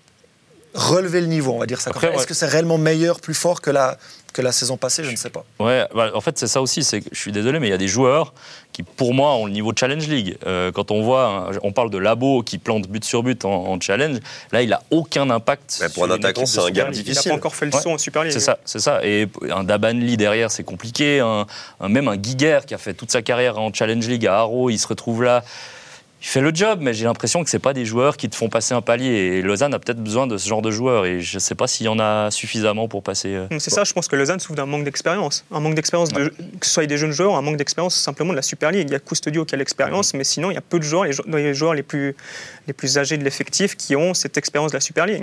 relever le niveau, on va dire ça. Après, Est-ce ouais. que c'est réellement meilleur, plus fort que la, que la saison passée ? Je ne sais pas. Ouais, bah, en fait, c'est ça aussi. C'est que, je suis désolé, mais il y a des joueurs qui, pour moi, ont le niveau de Challenge League. Euh, quand on voit, on parle de Labo qui plante but sur but en, en Challenge, là, il n'a aucun impact. Mais pour un attaquant, c'est un gap difficile. Il n'a pas encore fait le saut ouais. en Super League. C'est ça, c'est ça. Et un Dabanli derrière, c'est compliqué. Un, un, même un Guiguer qui a fait toute sa carrière en Challenge League à Haro, il se retrouve là. Il fait le job, mais j'ai l'impression que ce n'est pas des joueurs qui te font passer un palier. Et Lausanne a peut-être besoin de ce genre de joueurs. Et je ne sais pas s'il y en a suffisamment pour passer... Euh... C'est ça, je pense que Lausanne souffre d'un manque d'expérience. Un manque d'expérience, ouais. de, que ce soit des jeunes joueurs, un manque d'expérience simplement de la Super League. Il y a Custodio qui a l'expérience, ouais. mais sinon, il y a peu de joueurs, les, les joueurs les plus, les plus âgés de l'effectif qui ont cette expérience de la Super League. Ouais.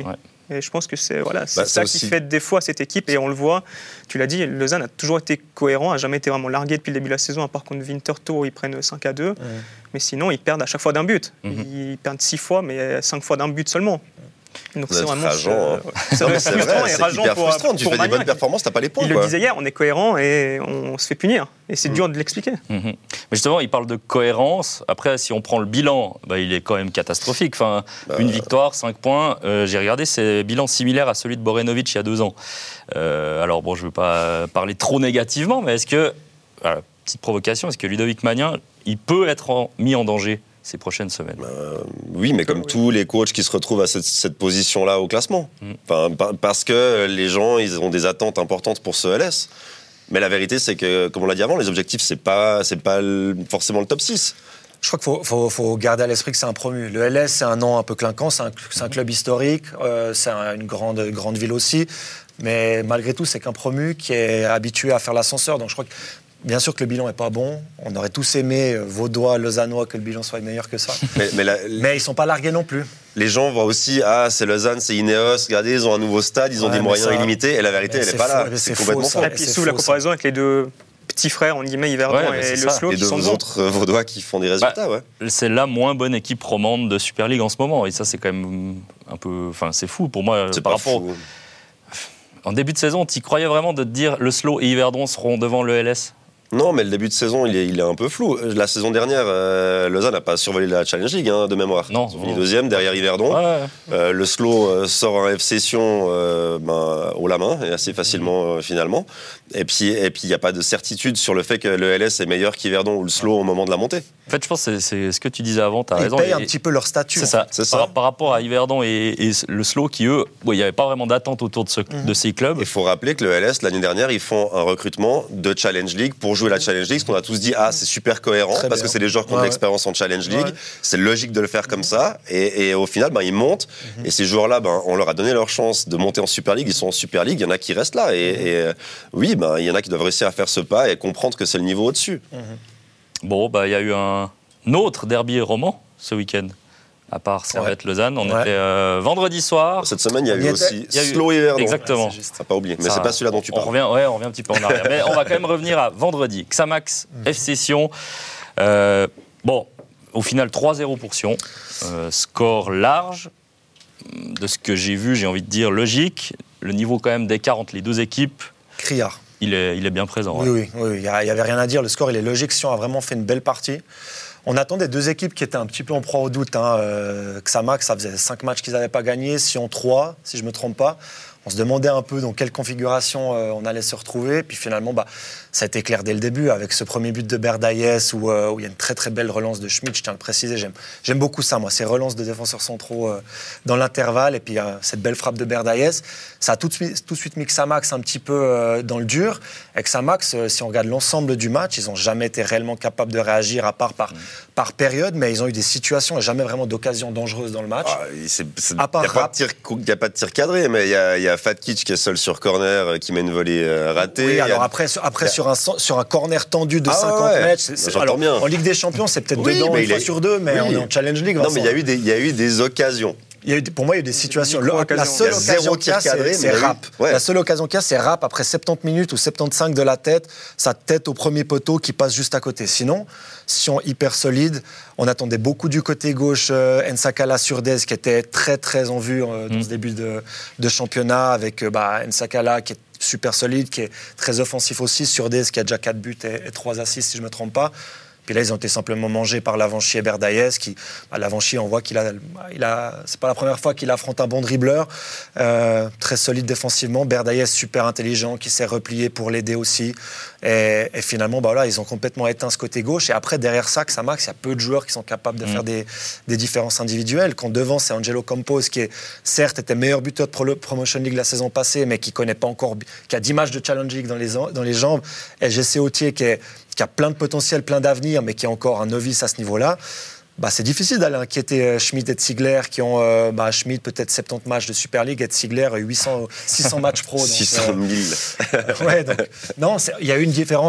Et je pense que c'est voilà, c'est Bah, ça c'est qui aussi- fait défaut à cette équipe. Et on le voit, tu l'as dit, Lausanne a toujours été cohérent, a jamais été vraiment largué depuis le début de la saison, à part contre Winterthur, ils prennent cinq à deux. Mmh. Mais sinon, ils perdent à chaque fois d'un but. Mhm. Ils perdent six fois, mais cinq fois d'un but seulement. Donc Ça doit être rageant, euh, hein. ça Non, doit mais être c'est frustrant vrai, et c'est rageant hyper pour, frustrant. Tu pour fais des Magnin, bonnes performances, t'as pas les points. Il quoi. le disait hier, on est cohérent et on se fait punir. Et c'est Mm. dur de l'expliquer. Mhm. Mais justement, il parle de cohérence. Après, si on prend le bilan, bah, il est quand même catastrophique. Enfin, Bah, une victoire, cinq points. Euh, j'ai regardé, c'est un bilan similaire à celui de Borenovic il y a deux ans. Euh, alors, bon, je ne veux pas parler trop négativement, mais est-ce que, voilà, petite provocation, est-ce que Ludovic Magnin, il peut être en- mis en danger ces prochaines semaines? Euh, oui, mais comme Oui. tous les coachs qui se retrouvent à cette, cette position-là au classement. Mm. Enfin, pa- parce que les gens, ils ont des attentes importantes pour ce L S. Mais la vérité, c'est que, comme on l'a dit avant, les objectifs, c'est pas, c'est pas le- forcément le top six. Je crois qu'il faut, faut, faut garder à l'esprit que c'est un promu. Le L S, c'est un nom un peu clinquant, c'est un, c'est un club historique, euh, c'est un- une grande, grande ville aussi. Mais malgré tout, c'est qu'un promu qui est habitué à faire l'ascenseur. Donc je crois que, bien sûr que le bilan n'est pas bon. On aurait tous aimé, euh, Vaudois, Lausannois, que le bilan soit meilleur que ça. Mais, mais la- Mais ils ne sont pas largués non plus. les gens voient aussi, ah, c'est Lausanne, c'est Ineos, regardez, ils ont un nouveau stade, ils ont Ouais, des mais moyens ça- illimités. Et la vérité, mais elle n'est c'est pas là. faux, mais C'est c'est complètement faux, faux. ça. Et puis c'est sous la faux, comparaison avec les deux petits frères, on guillemets, Yverdon Ouais, mais et c'est le ça. Slow, Les qui deux sont devant. autres euh, Vaudois qui font des résultats, ouais. C'est la moins bonne équipe romande de Super League en ce moment. Et ça, c'est quand même un peu. Enfin, c'est fou pour moi. C'est par pas rapport. fou. En début de saison, tu croyais vraiment de te dire le Slow et Yverdon seront devant le L S? Non, mais le début de saison, il est, il est un peu flou. La saison dernière, euh, Lausanne n'a pas survolé la Challenge League, hein, de mémoire. Non, Ils ont fini non. deuxième, derrière Yverdon. Ouais. Euh, le Slow euh, sort un F-Session euh, ben, haut la main, et assez facilement euh, finalement. Et puis et puis il n'y a pas de certitude sur le fait que le L S est meilleur qu'Yverdon ou le Slow au moment de la montée. En fait, je pense que c'est- c'est ce que tu disais avant, tu as Ils raison. payent Et- un petit peu leur statut. C'est en ça. C'est Par, ça. par rapport à Yverdon et, et le Slow, qui eux, bon, il n'y avait pas vraiment d'attente autour de, ce, de ces clubs. Il faut rappeler que le L S, l'année dernière, ils font un recrutement de Challenge League pour jouer la Challenge League, ce qu'on a tous dit, ah, c'est super cohérent, Très parce bien. que c'est des joueurs qui ont de Ouais, l'expérience en Challenge League, Ouais. c'est logique de le faire comme ça, et, et au final, ben, ils montent, et ces joueurs-là, ben, on leur a donné leur chance de monter en Super League, ils sont en Super League, il y en a qui restent là, et, et, euh, oui, ben, il y en a qui doivent réussir à faire ce pas et comprendre que c'est le niveau au-dessus. Bon, bah, il y a eu un autre derby roman ce week-end, à part Servette-Lausanne. On Ouais. était euh, vendredi soir. Cette semaine, il y a On y eu était. aussi Il y a eu- Slow et Verdon. Exactement. Ouais, c'est juste. Ça, pas oublié, mais Ça, c'est pas celui-là dont tu on parles. revient, ouais, on revient un petit peu en arrière. Mais on va quand même revenir à vendredi. Xamax, F-Session. Euh, bon, au final, trois zéro pour Sion. Euh, score large. De ce que j'ai vu, j'ai envie de dire logique. Le niveau quand même d'écart entre les deux équipes, Criard. il est, il est bien présent. Oui, ouais. oui, oui, il n'y avait rien à dire. Le score, il est logique. Sion a vraiment fait une belle partie. On attendait deux équipes qui étaient un petit peu en proie au doute. Hein. Euh, Xamax, ça faisait cinq matchs qu'ils n'avaient pas gagné. Sion, trois, si je ne me trompe pas. On se demandait un peu dans quelle configuration euh, on allait se retrouver. Puis finalement, bah, ça a été clair dès le début avec ce premier but de Berdaïes où, euh, où il y a une très très belle relance de Schmidt. Je tiens à le préciser. J'aime, j'aime beaucoup ça, moi, ces relances de défenseurs centraux euh, dans l'intervalle. Et puis euh, cette belle frappe de Berdaïes. Ça a tout de suite, tout de suite mis Xamax un petit peu euh, dans le dur. Et Xamax, euh, si on regarde l'ensemble du match, ils n'ont jamais été réellement capables de réagir à part par, mmh. par période. Mais ils ont eu des situations et jamais vraiment d'occasions dangereuses dans le match. Ah, c'est, c'est, À part il n'y a, Rapp. a pas de tir cadré, mais il y a, il y a Fatkic qui est seul sur corner, euh, qui met une volée euh, ratée. Oui, Il y a- alors après, sur, après il y a- sur, un, sur un corner tendu de Ah cinquante ouais, mètres, c'est, c'est- j'entends alors, bien. en Ligue des Champions, c'est peut-être Oui, dedans mais une il fois est- sur deux, mais oui. on est en Challenge League. Non, Vincent. mais il y a eu des, il y a eu des occasions. Il y a eu, pour moi, il y a eu des situations. Le- micro-occasions. la seule Il y a occasion zéro qu'il y a, tir cadré, c'est, mais c'est il y a eu- Rapp. ouais. La seule occasion qu'il y a, c'est Rapp après soixante-dix minutes ou soixante-quinze de la tête, sa tête au premier poteau qui passe juste à côté. Sinon, Sion hyper solide. On attendait beaucoup du côté gauche euh, Nsakala Surdez qui était très très en vue euh, dans Mm. ce début de, de championnat avec euh, bah, Nsakala qui est super solide, qui est très offensif aussi, Surdez qui a déjà quatre buts et, et trois assists si je ne me trompe pas. Puis là, ils ont été simplement mangés par Lavanchi Berdaïes. Qui, bah, Lavanchi, on voit qu'il a, il a, c'est pas la première fois qu'il affronte un bon dribbleur, euh, très solide défensivement. Berdaïes, super intelligent, qui s'est replié pour l'aider aussi. Et, et finalement, bah, voilà, ils ont complètement éteint ce côté gauche. Et après, derrière ça, Xamax, il y a peu de joueurs qui sont capables de Mmh. faire des, des différences individuelles. Quand devant, c'est Angelo Campos, qui est, certes était meilleur buteur de Pro- Promotion League la saison passée, mais qui connaît pas encore, qui a dix matchs de Challenge League dans les, dans les jambes. Et G C Autier, qui est qui a plein de potentiel, plein d'avenir, mais qui est encore un novice à ce niveau-là, bah, c'est difficile d'aller inquiéter euh, Schmidt et Ziegler, qui ont, euh, bah, Schmidt peut-être soixante-dix matchs de Super League, et Ziegler huit cents, six cents matchs pro. Donc, six cent mille. euh, ouais, donc, non, c'est- il y a eu une différence.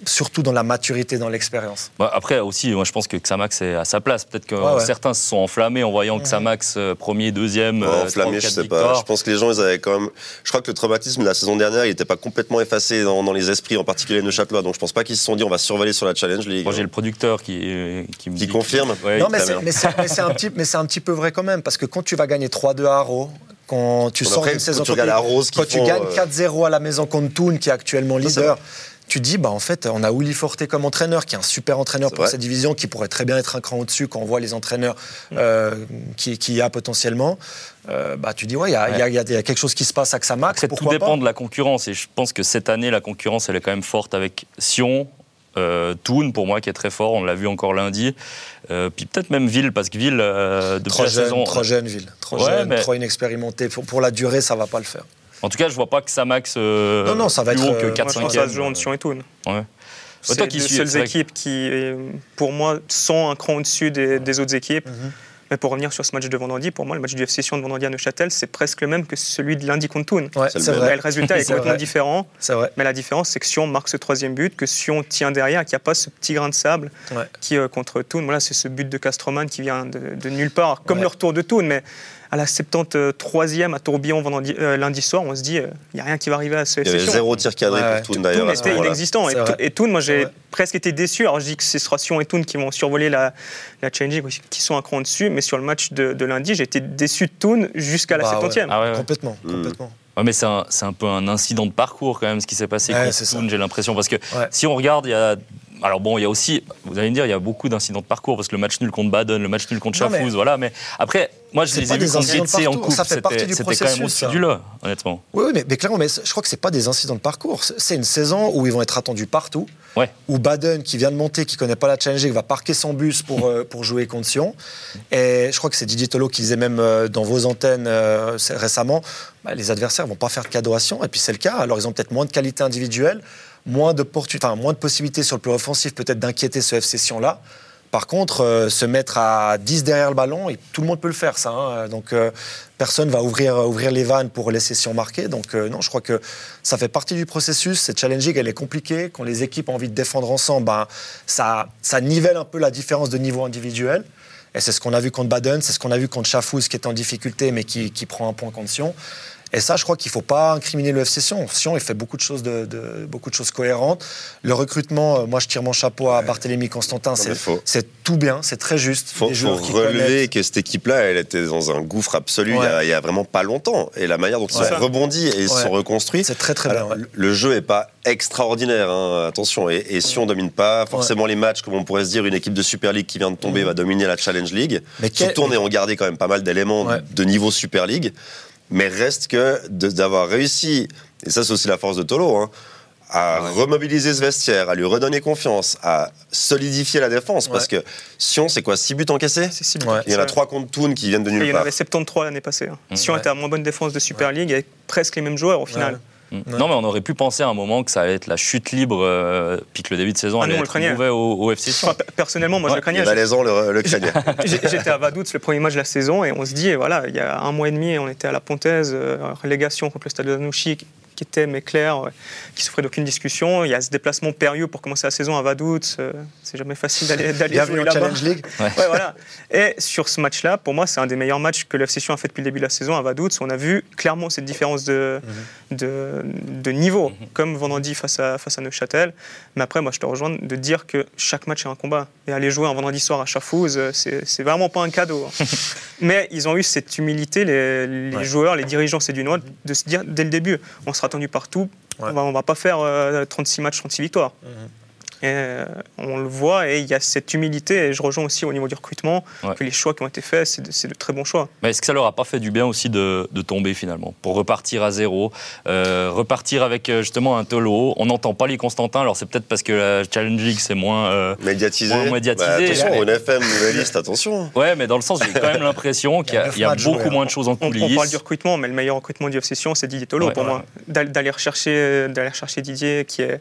surtout dans la maturité, dans l'expérience. Bah, après aussi, moi je pense que Xamax est à sa place. Peut-être que ouais, ouais. certains se sont enflammés en voyant mmh. Xamax euh, premier, deuxième, oh, euh, enflammé, je sais victoires. pas. Je pense que les gens, ils avaient quand même. Je crois que le traumatisme de la saison dernière, il n'était pas complètement effacé dans, dans les esprits, en particulier Neuchâtelois. Donc je pense pas qu'ils se sont dit on va survoler sur la Challenge League. Moi j'ai le producteur qui qui me qui dit confirme. Ouais, non mais c'est, mais, c'est, mais, c'est un petit, mais c'est un petit peu vrai quand même parce que quand tu vas gagner trois deux à Haro, quand tu sors une saison, quand tu, la Rose quand tu font, gagnes euh... quatre zéro à la maison contre Thun, qui est actuellement leader, tu dis, bah, en fait, on a Willy Forte comme entraîneur, qui est un super entraîneur c'est pour vrai. Cette division, qui pourrait très bien être un cran au-dessus quand on voit les entraîneurs euh, qu'il qui y a potentiellement. Euh, bah, tu dis, ouais, il ouais. y, y, y a quelque chose qui se passe à Xamax. Après, tout dépend pas de la concurrence. Et je pense que cette année, la concurrence, elle est quand même forte avec Sion. Euh, Thun pour moi qui est très fort, on l'a vu encore lundi, euh, puis peut-être même Ville parce que Ville euh, depuis trop la jeune, saison trop jeune Ville, trop ouais, jeune, mais... trop inexpérimenté. Pour, pour la durée, ça va pas le faire. En tout cas, je vois pas que Xamax euh, non non ça va plus être haut que quatre cinq. cinq. Ça se joue entre Sion et Thun. Ouais. C'est toi les qui deux suis, seules équipes qui, pour moi, sont un cran au-dessus des, des autres équipes. Mm-hmm. Mais pour revenir sur ce match de vendredi, pour moi, le match du F C Sion de vendredi à Neuchâtel, c'est presque le même que celui de lundi contre Thun. Ouais, c'est c'est le, vrai. Le résultat est, est complètement vrai. différent. C'est vrai. Mais la différence, c'est que Sion marque ce troisième but, que Sion tient derrière, qu'il n'y a pas ce petit grain de sable ouais. qui, euh, contre Thun. Voilà, c'est ce but de Castroman qui vient de, de nulle part, comme ouais. le retour de Thun. Mais à la soixante-treizième à Tourbillon vendredi, euh, lundi soir, on se dit, il euh, n'y a rien qui va arriver à ce F C Sion. Il y avait zéro tir cadré ouais, pour Thun d'ailleurs. Thun était inexistant. Et, et Thun, moi j'ai ouais. presque été déçu. Alors je dis que ce sera Sion et Thun qui vont survoler la, la Challenge League, qui sont un cran dessus. Mais sur le match de, de lundi, j'ai été déçu de Thun jusqu'à la bah, septantième. ouais. Ah ouais, ouais. Complètement, mmh. complètement. Ouais, mais c'est un, c'est un peu un incident de parcours quand même ce qui s'est passé ouais, contre Thun, j'ai l'impression. Parce que ouais. si on regarde, il y a. Alors bon, il y a aussi, vous allez me dire, il y a beaucoup d'incidents de parcours parce que le match nul contre Baden, le match nul contre Schaffhouse, voilà. Mais après, moi, je les ai vus contre Getse en coupe. Ça fait partie du c'était quand même au-dessus du lot, honnêtement. Oui, oui mais, mais clairement, mais je crois que c'est pas des incidents de parcours. C'est une saison où ils vont être attendus partout. Ouais. Où Baden, qui vient de monter, qui connaît pas la Challenge League, va parquer son bus pour euh, pour jouer contre Sion. Et je crois que c'est Didier Tolo qui disait même euh, dans vos antennes euh, récemment, bah, les adversaires vont pas faire de cadeau à Sion. Et puis c'est le cas. Alors ils ont peut-être moins de qualité individuelle. Moins de, enfin, moins de possibilités sur le plan offensif peut-être d'inquiéter ce F C Sion-là. Par contre, euh, se mettre à dix derrière le ballon, et tout le monde peut le faire, ça. Hein. Donc, euh, personne ne va ouvrir, ouvrir les vannes pour laisser Sion marquer. Donc, euh, non, je crois que ça fait partie du processus. Cette Challenge League, elle est compliquée. Quand les équipes ont envie de défendre ensemble, ben, ça, ça nivelle un peu la différence de niveau individuel. Et c'est ce qu'on a vu contre Baden, c'est ce qu'on a vu contre Schaffhouse, qui est en difficulté, mais qui, qui prend un point contre Sion. Et ça, je crois qu'il ne faut pas incriminer le F C Sion. Sion, il fait beaucoup de choses, de, de, beaucoup de choses cohérentes. Le recrutement, moi, je tire mon chapeau à ouais. Barthélémy Constantin. C'est, c'est tout bien, c'est très juste. Il faut, faut relever que cette équipe-là, elle était dans un gouffre absolu ouais. il, y a, il y a vraiment pas longtemps. Et la manière dont ils ouais. ont rebondi et ils ouais. se sont reconstruits. C'est très, très Alors, bien. Ouais. Le jeu n'est pas extraordinaire, hein, attention. Et, et Sion ne domine pas forcément ouais. les matchs, comme on pourrait se dire, une équipe de Super League qui vient de tomber mmh. va dominer la Challenge League. Mais qui quel... tourne et ont gardé quand même pas mal d'éléments ouais. de niveau Super League. Mais reste que de, d'avoir réussi, et ça c'est aussi la force de Tolo, hein, à ouais. remobiliser ce vestiaire, à lui redonner confiance, à solidifier la défense. Ouais. Parce que Sion, c'est quoi, six buts encaissés ? C'est six buts. Ouais. Il y en a trois contre Thun qui viennent de nulle part. Il y en avait soixante-treize l'année passée. Hein. Mmh. Sion ouais. était à moins bonne défense de Super ouais. League avec presque les mêmes joueurs au final. Ouais. Ouais. Non, mais on aurait pu penser à un moment que ça allait être la chute libre, euh, puis que le début de saison ah allait non, être mauvais au, au F C Sion. Enfin, personnellement, moi, ouais, je le craignais. Valaisan le, le craignait. J'étais à Vaduz le premier match de la saison, et on se dit, et voilà, il y a un mois et demi, on était à la Pontaise, euh, relégation contre le Stade de Zanouchi, qui était mais clair, euh, qui souffrait d'aucune discussion. Il y a ce déplacement périlleux pour commencer la saison à Vaduz. Euh, c'est jamais facile d'aller, d'aller Bienvenue jouer là-bas. Challenge League. Ouais. Ouais, voilà. Et sur ce match-là, pour moi, c'est un des meilleurs matchs que le F C Sion a fait depuis le début de la saison à Vaduz. On a vu clairement cette différence de, mm-hmm. de, de niveau, mm-hmm. comme vendredi face à, face à Neuchâtel. Mais après, moi, je te rejoins de dire que chaque match est un combat. Et aller jouer un vendredi soir à Schaffhouse, c'est, c'est vraiment pas un cadeau. Hein. Mais ils ont eu cette humilité, les, les ouais. joueurs, les dirigeants sédunois, de se dire dès le début, on sera attendu partout, ouais. on va, on va pas faire euh, trente-six matchs, trente-six victoires. Mmh. Et euh, on le voit, et il y a cette humilité, et je rejoins aussi au niveau du recrutement, ouais. que les choix qui ont été faits, c'est de, c'est de très bons choix. Mais est-ce que ça leur a pas fait du bien aussi de, de tomber finalement, pour repartir à zéro, euh, repartir avec justement un Tolo? On n'entend pas les Constantins, alors c'est peut-être parce que la Challenge League c'est moins euh, médiatisé. Moins médiatisé. Bah, attention, mais... on F M, nouvelliste, attention. Ouais, mais dans le sens, j'ai quand même l'impression qu'il y a, il y a beaucoup jouer, moins de choses en coulisses. On, on parle du recrutement, mais le meilleur recrutement du F C Sion, c'est Didier Tolo ouais, pour ouais. moi. D'aller rechercher, d'aller rechercher Didier, qui est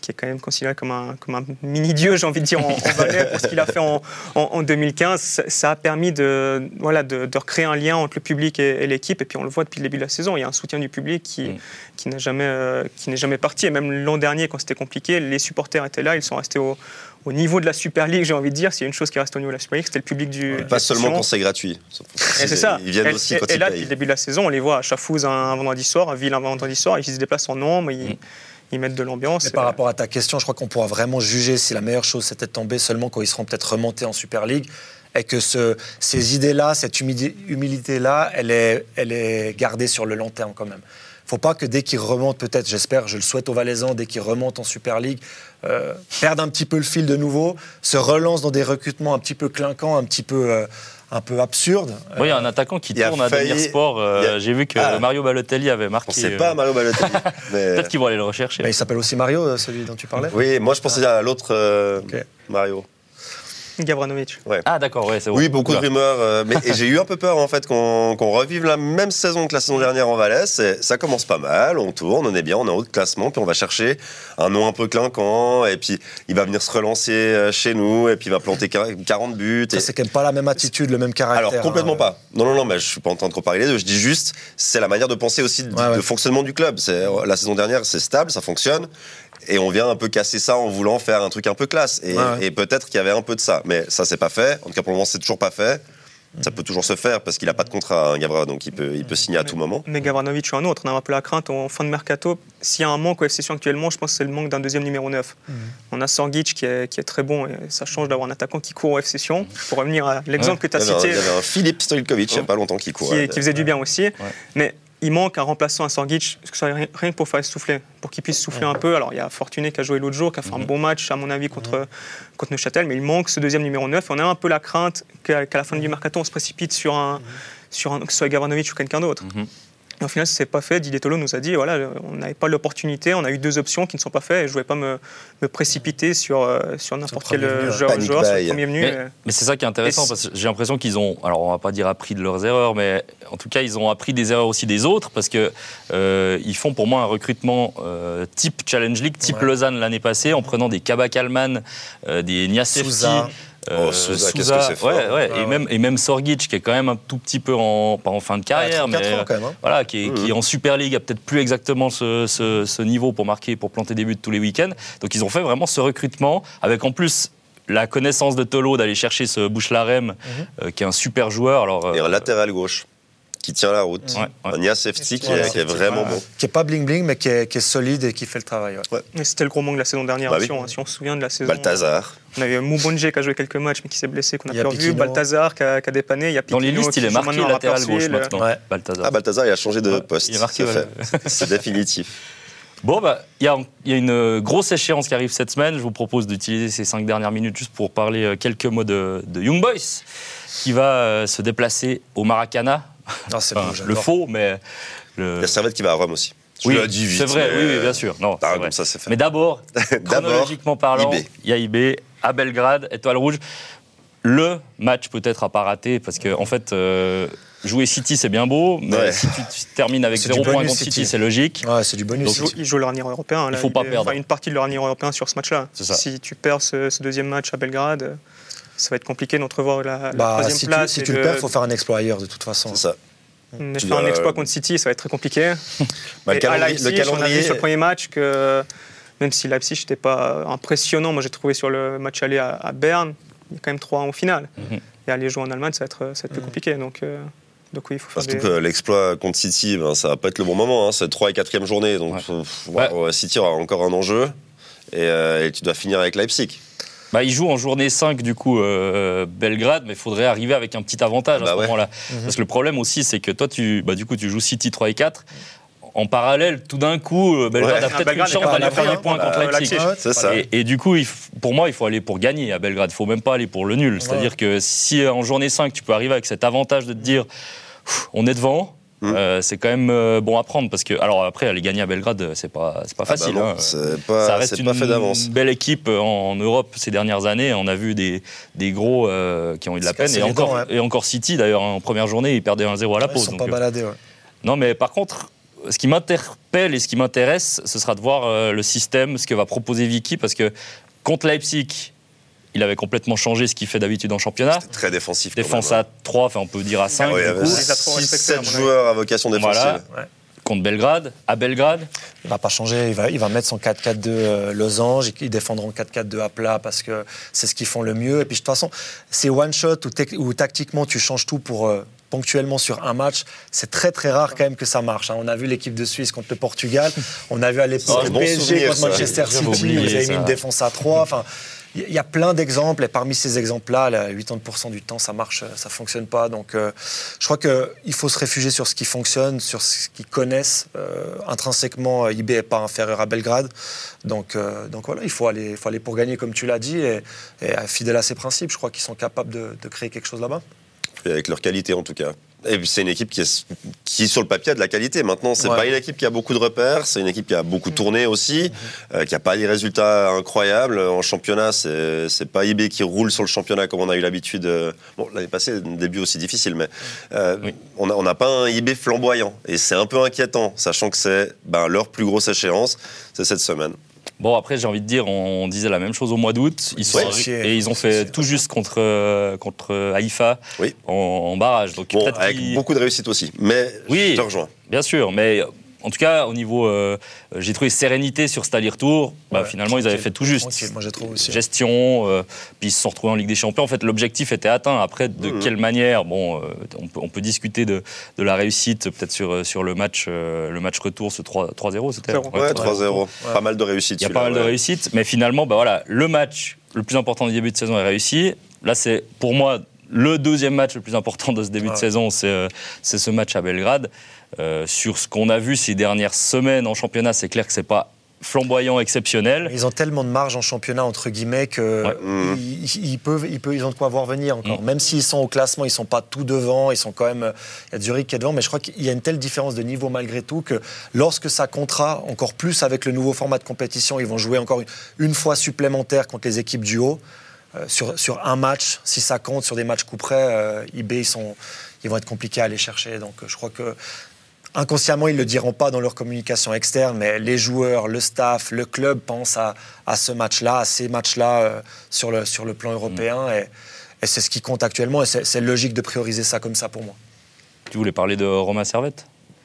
qui est quand même considéré comme un, comme un mini-dieu, j'ai envie de dire, en, en Valais, pour ce qu'il a fait en, en, en deux mille quinze. Ça, ça a permis de, voilà, de, de recréer un lien entre le public et, et l'équipe. Et puis on le voit depuis le début de la saison, il y a un soutien du public qui, mmh. qui, n'a jamais, euh, qui n'est jamais parti. Et même l'an dernier, quand c'était compliqué, les supporters étaient là, ils sont restés au, au niveau de la Super League, j'ai envie de dire. S'il y a une chose qui reste au niveau de la Super League, c'était le public du... Ouais, pas seulement quand c'est gratuit. Et c'est ça. Ils viennent et, aussi et, quand et ils là, payent. depuis le début de la saison, on les voit à Chafouz un, un vendredi soir, à Ville un vendredi soir, ils se déplacent en nombre, ils, mmh. ils mettent de l'ambiance. Mais par rapport à ta question, je crois qu'on pourra vraiment juger si la meilleure chose c'était de tomber seulement quand ils seront peut-être remontés en Super League, et que ce, ces idées-là, cette humilité-là, elle est, elle est gardée sur le long terme quand même. Il ne faut pas que dès qu'ils remontent, peut-être, j'espère, je le souhaite aux Valaisans, dès qu'ils remontent en Super League, euh, perdent un petit peu le fil de nouveau, se relancent dans des recrutements un petit peu clinquants, un petit peu... Euh, un peu absurde. Oui, il y a un attaquant qui tourne à Devenir Sport. Euh, a... J'ai vu que ah. Mario Balotelli avait marqué. On ne sait pas Mario Balotelli. mais... Peut-être qu'ils vont aller le rechercher. Mais il s'appelle aussi Mario, celui dont tu parlais. Oui, moi je pensais ah. à l'autre euh, okay. Mario. Gavranovic. Ouais. Ah d'accord, ouais, c'est bon. Oui, beaucoup de rumeurs. Euh, mais, et j'ai eu un peu peur en fait qu'on, qu'on revive la même saison que la saison dernière en Valais. C'est, ça commence pas mal, on tourne, on est bien, on est en haut de classement, puis on va chercher un nom un peu clinquant, et puis il va venir se relancer chez nous, et puis il va planter quarante buts. Ça, et... c'est quand même pas la même attitude, le même caractère. Alors complètement hein. pas. Non, non, non, mais je suis pas en train de comparer les deux. Je dis juste, c'est la manière de penser aussi de, ouais, ouais. de fonctionnement du club. C'est, la saison dernière, c'est stable, ça fonctionne. Et on vient un peu casser ça en voulant faire un truc un peu classe. Et, ouais, ouais. et peut-être qu'il y avait un peu de ça. Mais ça, c'est pas fait. En tout cas, pour le moment, c'est toujours pas fait. Ça peut toujours se faire parce qu'il n'a pas de contrat, hein, Gavra, donc il peut, il peut signer à mais, tout moment. Mais Gavranovic, je suis un autre. On a un peu la crainte en fin de mercato. S'il y a un manque au F C Sion actuellement, je pense que c'est le manque d'un deuxième numéro neuf. Mmh. On a Sorgic qui est, qui est très bon et ça change d'avoir un attaquant qui court au F C Sion. Pour revenir à l'exemple ouais. que tu as cité. Il y avait un Filip Stojkovic il n'y a pas longtemps qui courait. Qui, qui faisait du bien aussi. Ouais. Mais il manque un remplaçant à Sorgic, que ce soit rien que pour faire souffler, pour qu'il puisse souffler un peu. Alors il y a Fortuné qui a joué l'autre jour, qui a fait un bon match à mon avis contre, contre Neuchâtel, mais il manque ce deuxième numéro neuf. Et on a un peu la crainte qu'à, qu'à la fin du mercato, on se précipite sur un, sur un que ce soit Gavranovic ou quelqu'un d'autre. Et au final, ça ne s'est pas fait. Didier Tolo nous a dit, voilà, on n'avait pas l'opportunité, on a eu deux options qui ne sont pas faites et je ne voulais pas me, me précipiter sur, euh, sur n'importe quel venu, joueur, joueur sur le premier venu. Mais, mais c'est ça qui est intéressant, parce que j'ai l'impression qu'ils ont, alors on ne va pas dire appris de leurs erreurs, mais en tout cas, ils ont appris des erreurs aussi des autres, parce qu'ils euh, font pour moi un recrutement euh, type Challenge League, type ouais. Lausanne l'année passée, en prenant des Kabak Kalman, euh, des Niasefti. Euh, oh, Sousa, Sousa, qu'est-ce que c'est fort. Ouais, ouais, ah, et, ouais. Même, et même Sorgic, qui est quand même un tout petit peu en, pas en fin de carrière, mais ans, quand même, hein. voilà, qui est, mmh. qui est en Super League, a peut-être plus exactement ce, ce, ce niveau pour marquer, pour planter des buts tous les week-ends. Donc ils ont fait vraiment ce recrutement, avec en plus la connaissance de Tolo d'aller chercher ce Bouchlarem, mmh. euh, qui est un super joueur. Alors, et euh, un latéral gauche qui tient la route, ouais, ouais. un Niasefti qui, ouais, qui est vraiment bon. Qui n'est pas bling-bling, mais qui est, qui est solide et qui fait le travail. Ouais. Ouais. Et c'était le gros manque de la saison dernière, bah oui. si, on, si on se souvient de la saison. Balthazar. On avait Moubonje qui a joué quelques matchs, mais qui s'est blessé, qu'on a plus revu. Balthazar qui a, qui a dépanné. Il y a Dans les listes, il est marqué latéral gauche maintenant. Ouais. Balthazar. Ah, Balthazar, il a changé de poste. Il est marqué, ouais. C'est définitif. Bon, bah, il y a, y a une grosse échéance qui arrive cette semaine. Je vous propose d'utiliser ces cinq dernières minutes juste pour parler quelques mots de, de Young Boys, qui va euh, se déplacer au Maracana. Ah, c'est enfin, bon, le faux, mais... Le... Il y a Servette qui va à Rome aussi. Je oui, dit vite, c'est vrai, mais... oui, oui, bien sûr. Non, ah, c'est comme ça, c'est fait. Mais d'abord, chronologiquement parlant, il y a I B à Belgrade, Étoile Rouge. Le match peut-être à pas rater, parce qu'en en fait... Euh, jouer City, c'est bien beau, mais ouais. si tu, tu termines avec zéro point contre City, c'est logique. Ouais, c'est du bonus. Donc, ils jouent leur avenir européen. Il ne faut pas perdre. Enfin, une partie de leur avenir européen sur ce match-là. Si tu perds ce, ce deuxième match à Belgrade, ça va être compliqué d'entrevoir la, la bah, troisième si place. Tu, si tu le perds, il faut faire un exploit ailleurs, de toute façon. C'est ça. Mais faire un exploit contre City, ça va être très compliqué. bah, Et à Leipzig, le calendrier... on a vu sur le premier match que, même si Leipzig n'était pas impressionnant, moi j'ai trouvé sur le match aller à, à Berne, il y a quand même trois un au final. Mm-hmm. Et aller jouer en Allemagne, ça va être, ça va être plus mm-hmm. compliqué. Donc, euh, Donc oui, il faut faire Surtout des... que l'exploit contre City, ben, ça va pas être le bon moment. Hein. C'est trois et quatrième journée. Donc ouais. Ouais, ouais. City aura encore un enjeu. Et, euh, et tu dois finir avec Leipzig. Bah, il joue en journée cinq, du coup, euh, Belgrade, mais il faudrait arriver avec un petit avantage à bah ce ouais. moment-là. Mm-hmm. Parce que le problème aussi, c'est que toi, tu, bah, du coup, tu joues City trois et quatre. En parallèle, tout d'un coup, Belgrade ouais. a peut-être Belgrade une chance d'aller faire des points contre bah, Leipzig. Ouais, c'est ça. Et, et du coup, il f... pour moi, il faut aller pour gagner à Belgrade. Il ne faut même pas aller pour le nul. Ouais. C'est-à-dire que si en journée cinq, tu peux arriver avec cet avantage de te dire on est devant, mmh. euh, c'est quand même euh, bon à prendre. Parce que, alors après, aller gagner à Belgrade, c'est pas, c'est pas ah facile. Bah non, hein. c'est pas, ça reste c'est une pas fait d'avance. belle équipe en Europe ces dernières années. On a vu des, des gros euh, qui ont eu de la peine. Et encore, ouais. et encore City, d'ailleurs, en première journée, ils perdaient un zéro à la pause. Ils ne sont donc, pas baladés, ouais. Non, mais par contre, ce qui m'interpelle et ce qui m'intéresse, ce sera de voir euh, le système, ce que va proposer Vicky, parce que contre Leipzig, il avait complètement changé ce qu'il fait d'habitude en championnat. C'était très défensif. Défense à trois, enfin on peut dire à cinq. Ah oui, du coup. six sept joueurs à vocation défensive. Voilà. Ouais. Contre Belgrade, à Belgrade. Il ne va pas changer, il va, il va mettre son quatre quatre deux euh, losange, ils défendront quatre quatre deux à plat parce que c'est ce qu'ils font le mieux. Et puis de toute façon, c'est one shot où, tec- où tactiquement tu changes tout pour... Euh, ponctuellement sur un match, c'est très très rare quand même que ça marche. Hein. On a vu l'équipe de Suisse contre le Portugal, on a vu à l'époque oh, le bon P S G souvenir, contre ça. Manchester City, oublié, vous avez ça. mis une défense à trois. Enfin, il y a plein d'exemples et parmi ces exemples-là, là, quatre-vingt-dix pour cent du temps, ça marche, ça fonctionne pas. Donc, euh, je crois qu'il faut se réfugier sur ce qui fonctionne, sur ce qu'ils connaissent. Euh, intrinsèquement, I B n'est pas inférieur à Belgrade. Donc, euh, donc voilà, il faut aller, faut aller pour gagner, comme tu l'as dit, et, et fidèle à ses principes. Je crois qu'ils sont capables de, de créer quelque chose là-bas. Et avec leur qualité, en tout cas. Et puis c'est une équipe qui, est, qui sur le papier a de la qualité. Maintenant, c'est ouais. pas une équipe qui a beaucoup de repères, c'est une équipe qui a beaucoup tourné aussi, mmh. euh, qui a pas des résultats incroyables. En championnat, c'est, c'est pas I B qui roule sur le championnat comme on a eu l'habitude. Bon, l'année passée, un début aussi difficile, mais euh, oui. on n'a pas un I B flamboyant. Et c'est un peu inquiétant, sachant que c'est ben, leur plus grosse échéance, c'est cette semaine. Bon, après, j'ai envie de dire, on disait la même chose au mois d'août. Ils sont ouais, arri- et ils ont fait tout juste contre, euh, contre Haïfa oui. en, en barrage. Donc, bon, peut-être avec qu'ils... beaucoup de réussite aussi. Mais oui, je te rejoins. Bien sûr, mais en tout cas, au niveau, euh, j'ai trouvé sérénité sur cet aller-retour. Bah, ouais, finalement, ils avaient fait tout juste. Tranquille, moi, j'ai trouvé aussi. Gestion, euh, puis ils se sont retrouvés en Ligue des Champions. En fait, l'objectif était atteint. Après, de mmh. quelle manière, bon, euh, on, peut, on peut discuter de, de la réussite, peut-être sur, sur le match, euh, le match retour, ce trois zéro, c'était ouais, ouais, trois zéro. Ouais. Pas mal de réussite. Il y a pas mal ouais. de réussite, mais finalement, bah voilà, le match le plus important du début de saison est réussi. Là, c'est pour moi le deuxième match le plus important de ce début ouais. de saison, c'est, euh, c'est ce match à Belgrade. Euh, sur ce qu'on a vu ces dernières semaines en championnat, c'est clair que c'est pas flamboyant, exceptionnel. Ils ont tellement de marge en championnat, entre guillemets, qu'ils ouais. mmh. ils, ils, peuvent, ils, peuvent, ils ont de quoi voir venir encore. Mmh. Même s'ils sont au classement, ils ne sont pas tout devant, ils sont quand même... Il y a Zurich qui est devant, mais je crois qu'il y a une telle différence de niveau malgré tout que lorsque ça comptera, encore plus avec le nouveau format de compétition, ils vont jouer encore une, une fois supplémentaire contre les équipes du haut. Euh, sur, sur un match, si ça compte, sur des matchs coup près, euh, I B, ils, sont, ils vont être compliqués à aller chercher. Donc je crois que inconsciemment, ils ne le diront pas dans leur communication externe, mais les joueurs, le staff, le club pensent à, à ce match-là, à ces matchs-là euh, sur, le, sur le plan européen. Mmh. Et, et c'est ce qui compte actuellement. Et c'est, c'est logique de prioriser ça comme ça pour moi. Tu voulais parler de Roma Servette ?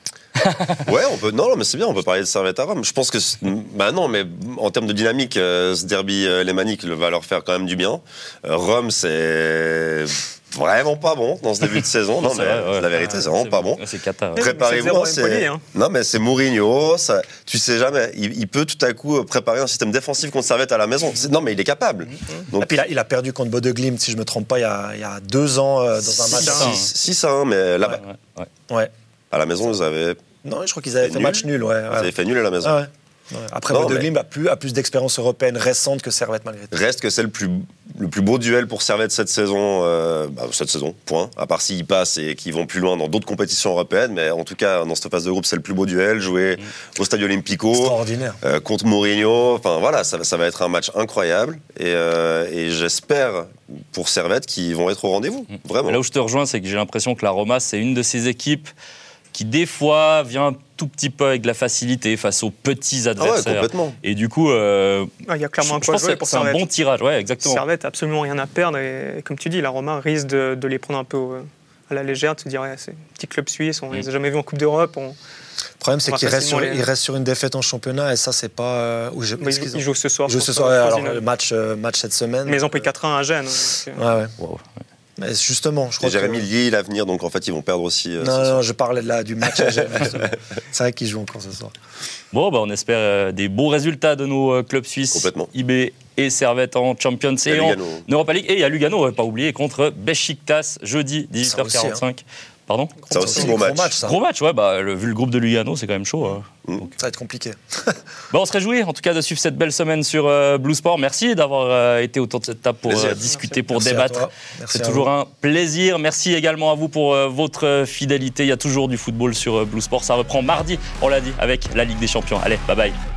Ouais, on peut. Non, mais c'est bien, on peut parler de Servette à Rome. Je pense que, bah non, mais en termes de dynamique, euh, ce derby euh, lémanique va leur faire quand même du bien. Euh, Rome, c'est vraiment pas bon dans ce début de saison. Non, mais vrai, ouais. la vérité, c'est vraiment c'est pas bon. C'est cata. Ouais. Préparez-vous. C'est c'est... hein. Non, mais c'est Mourinho. Ça... Tu sais jamais. Il, il peut tout à coup préparer un système défensif contre Servette à la maison. C'est... Non, mais il est capable. Donc... Et puis, il, a, il a perdu contre Bodø Glimt, si je me trompe pas, il y a, il y a deux ans euh, dans un match. six à un, mais là-bas. Ouais. ouais. ouais. À la maison, vous avez. Non, je crois qu'ils avaient fait, fait match nul. Ouais, ouais. Vous avez fait nul à la maison. Ah ouais. Ouais. Après, Bodø Glimt a plus, a plus d'expérience européenne récente que Servette malgré tout. Reste que c'est le plus, le plus beau duel pour Servette cette saison, euh, bah, cette saison, point. À part s'ils passent et qu'ils vont plus loin dans d'autres compétitions européennes, mais en tout cas, dans cette phase de groupe, c'est le plus beau duel, joué mmh. au Stadio Olimpico. Extraordinaire. Euh, contre Mourinho. Enfin voilà, ça, ça va être un match incroyable. Et, euh, et j'espère pour Servette qu'ils vont être au rendez-vous. Mmh. Vraiment. Et là où je te rejoins, c'est que j'ai l'impression que la Roma, c'est une de ces équipes qui des fois vient un tout petit peu avec de la facilité face aux petits adversaires. Ah ouais, complètement. Et du coup, euh, ah, il y a clairement je, un point je pense jouer que pour c'est Servette. un bon tirage, ouais, exactement. Servette a absolument rien à perdre et, et comme tu dis, la Roma risque de, de les prendre un peu au, à la légère, de se dire ouais, c'est un petit club suisse, on ne mm. les a jamais vus en Coupe d'Europe. On... Le problème, c'est qu'il reste sur, les... il reste sur une défaite en championnat et ça, c'est pas. Euh, où je... bah, ils, ils jouent ce soir. Ils jouent ce soir, ouais, alors le match, euh, match cette semaine. Mais ils ont pris quatre un à Gênes. Donc, ouais, ouais. Wow. Mais justement, je crois et Jérémy que... Lille à venir, donc en fait ils vont perdre aussi. Euh, non, non, je parlais de là, du match à Gênes. C'est vrai qu'ils jouent encore ce soir. Bon, bah, on espère euh, des beaux résultats de nos euh, clubs suisses. Complètement. I B et Servette en Champions et en Europa League. Et il y a Lugano, on ne va pas oublier, contre Beşiktaş, jeudi, dix-huit heures quarante-cinq. Pardon ? Ça aussi, gros match. match ça. Gros match, ouais, bah, le, vu le groupe de Lugano, c'est quand même chaud. Hein. Mmh. Donc, ça va être compliqué. Bon, on se réjouit en tout cas de suivre cette belle semaine sur euh, Blue Sport. Merci d'avoir euh, été autour de cette table pour euh, discuter, pour Merci débattre. C'est toujours un plaisir. Merci également à vous pour euh, votre fidélité. Il y a toujours du football sur euh, Blue Sport. Ça reprend mardi, on l'a dit, avec la Ligue des Champions. Allez, bye bye.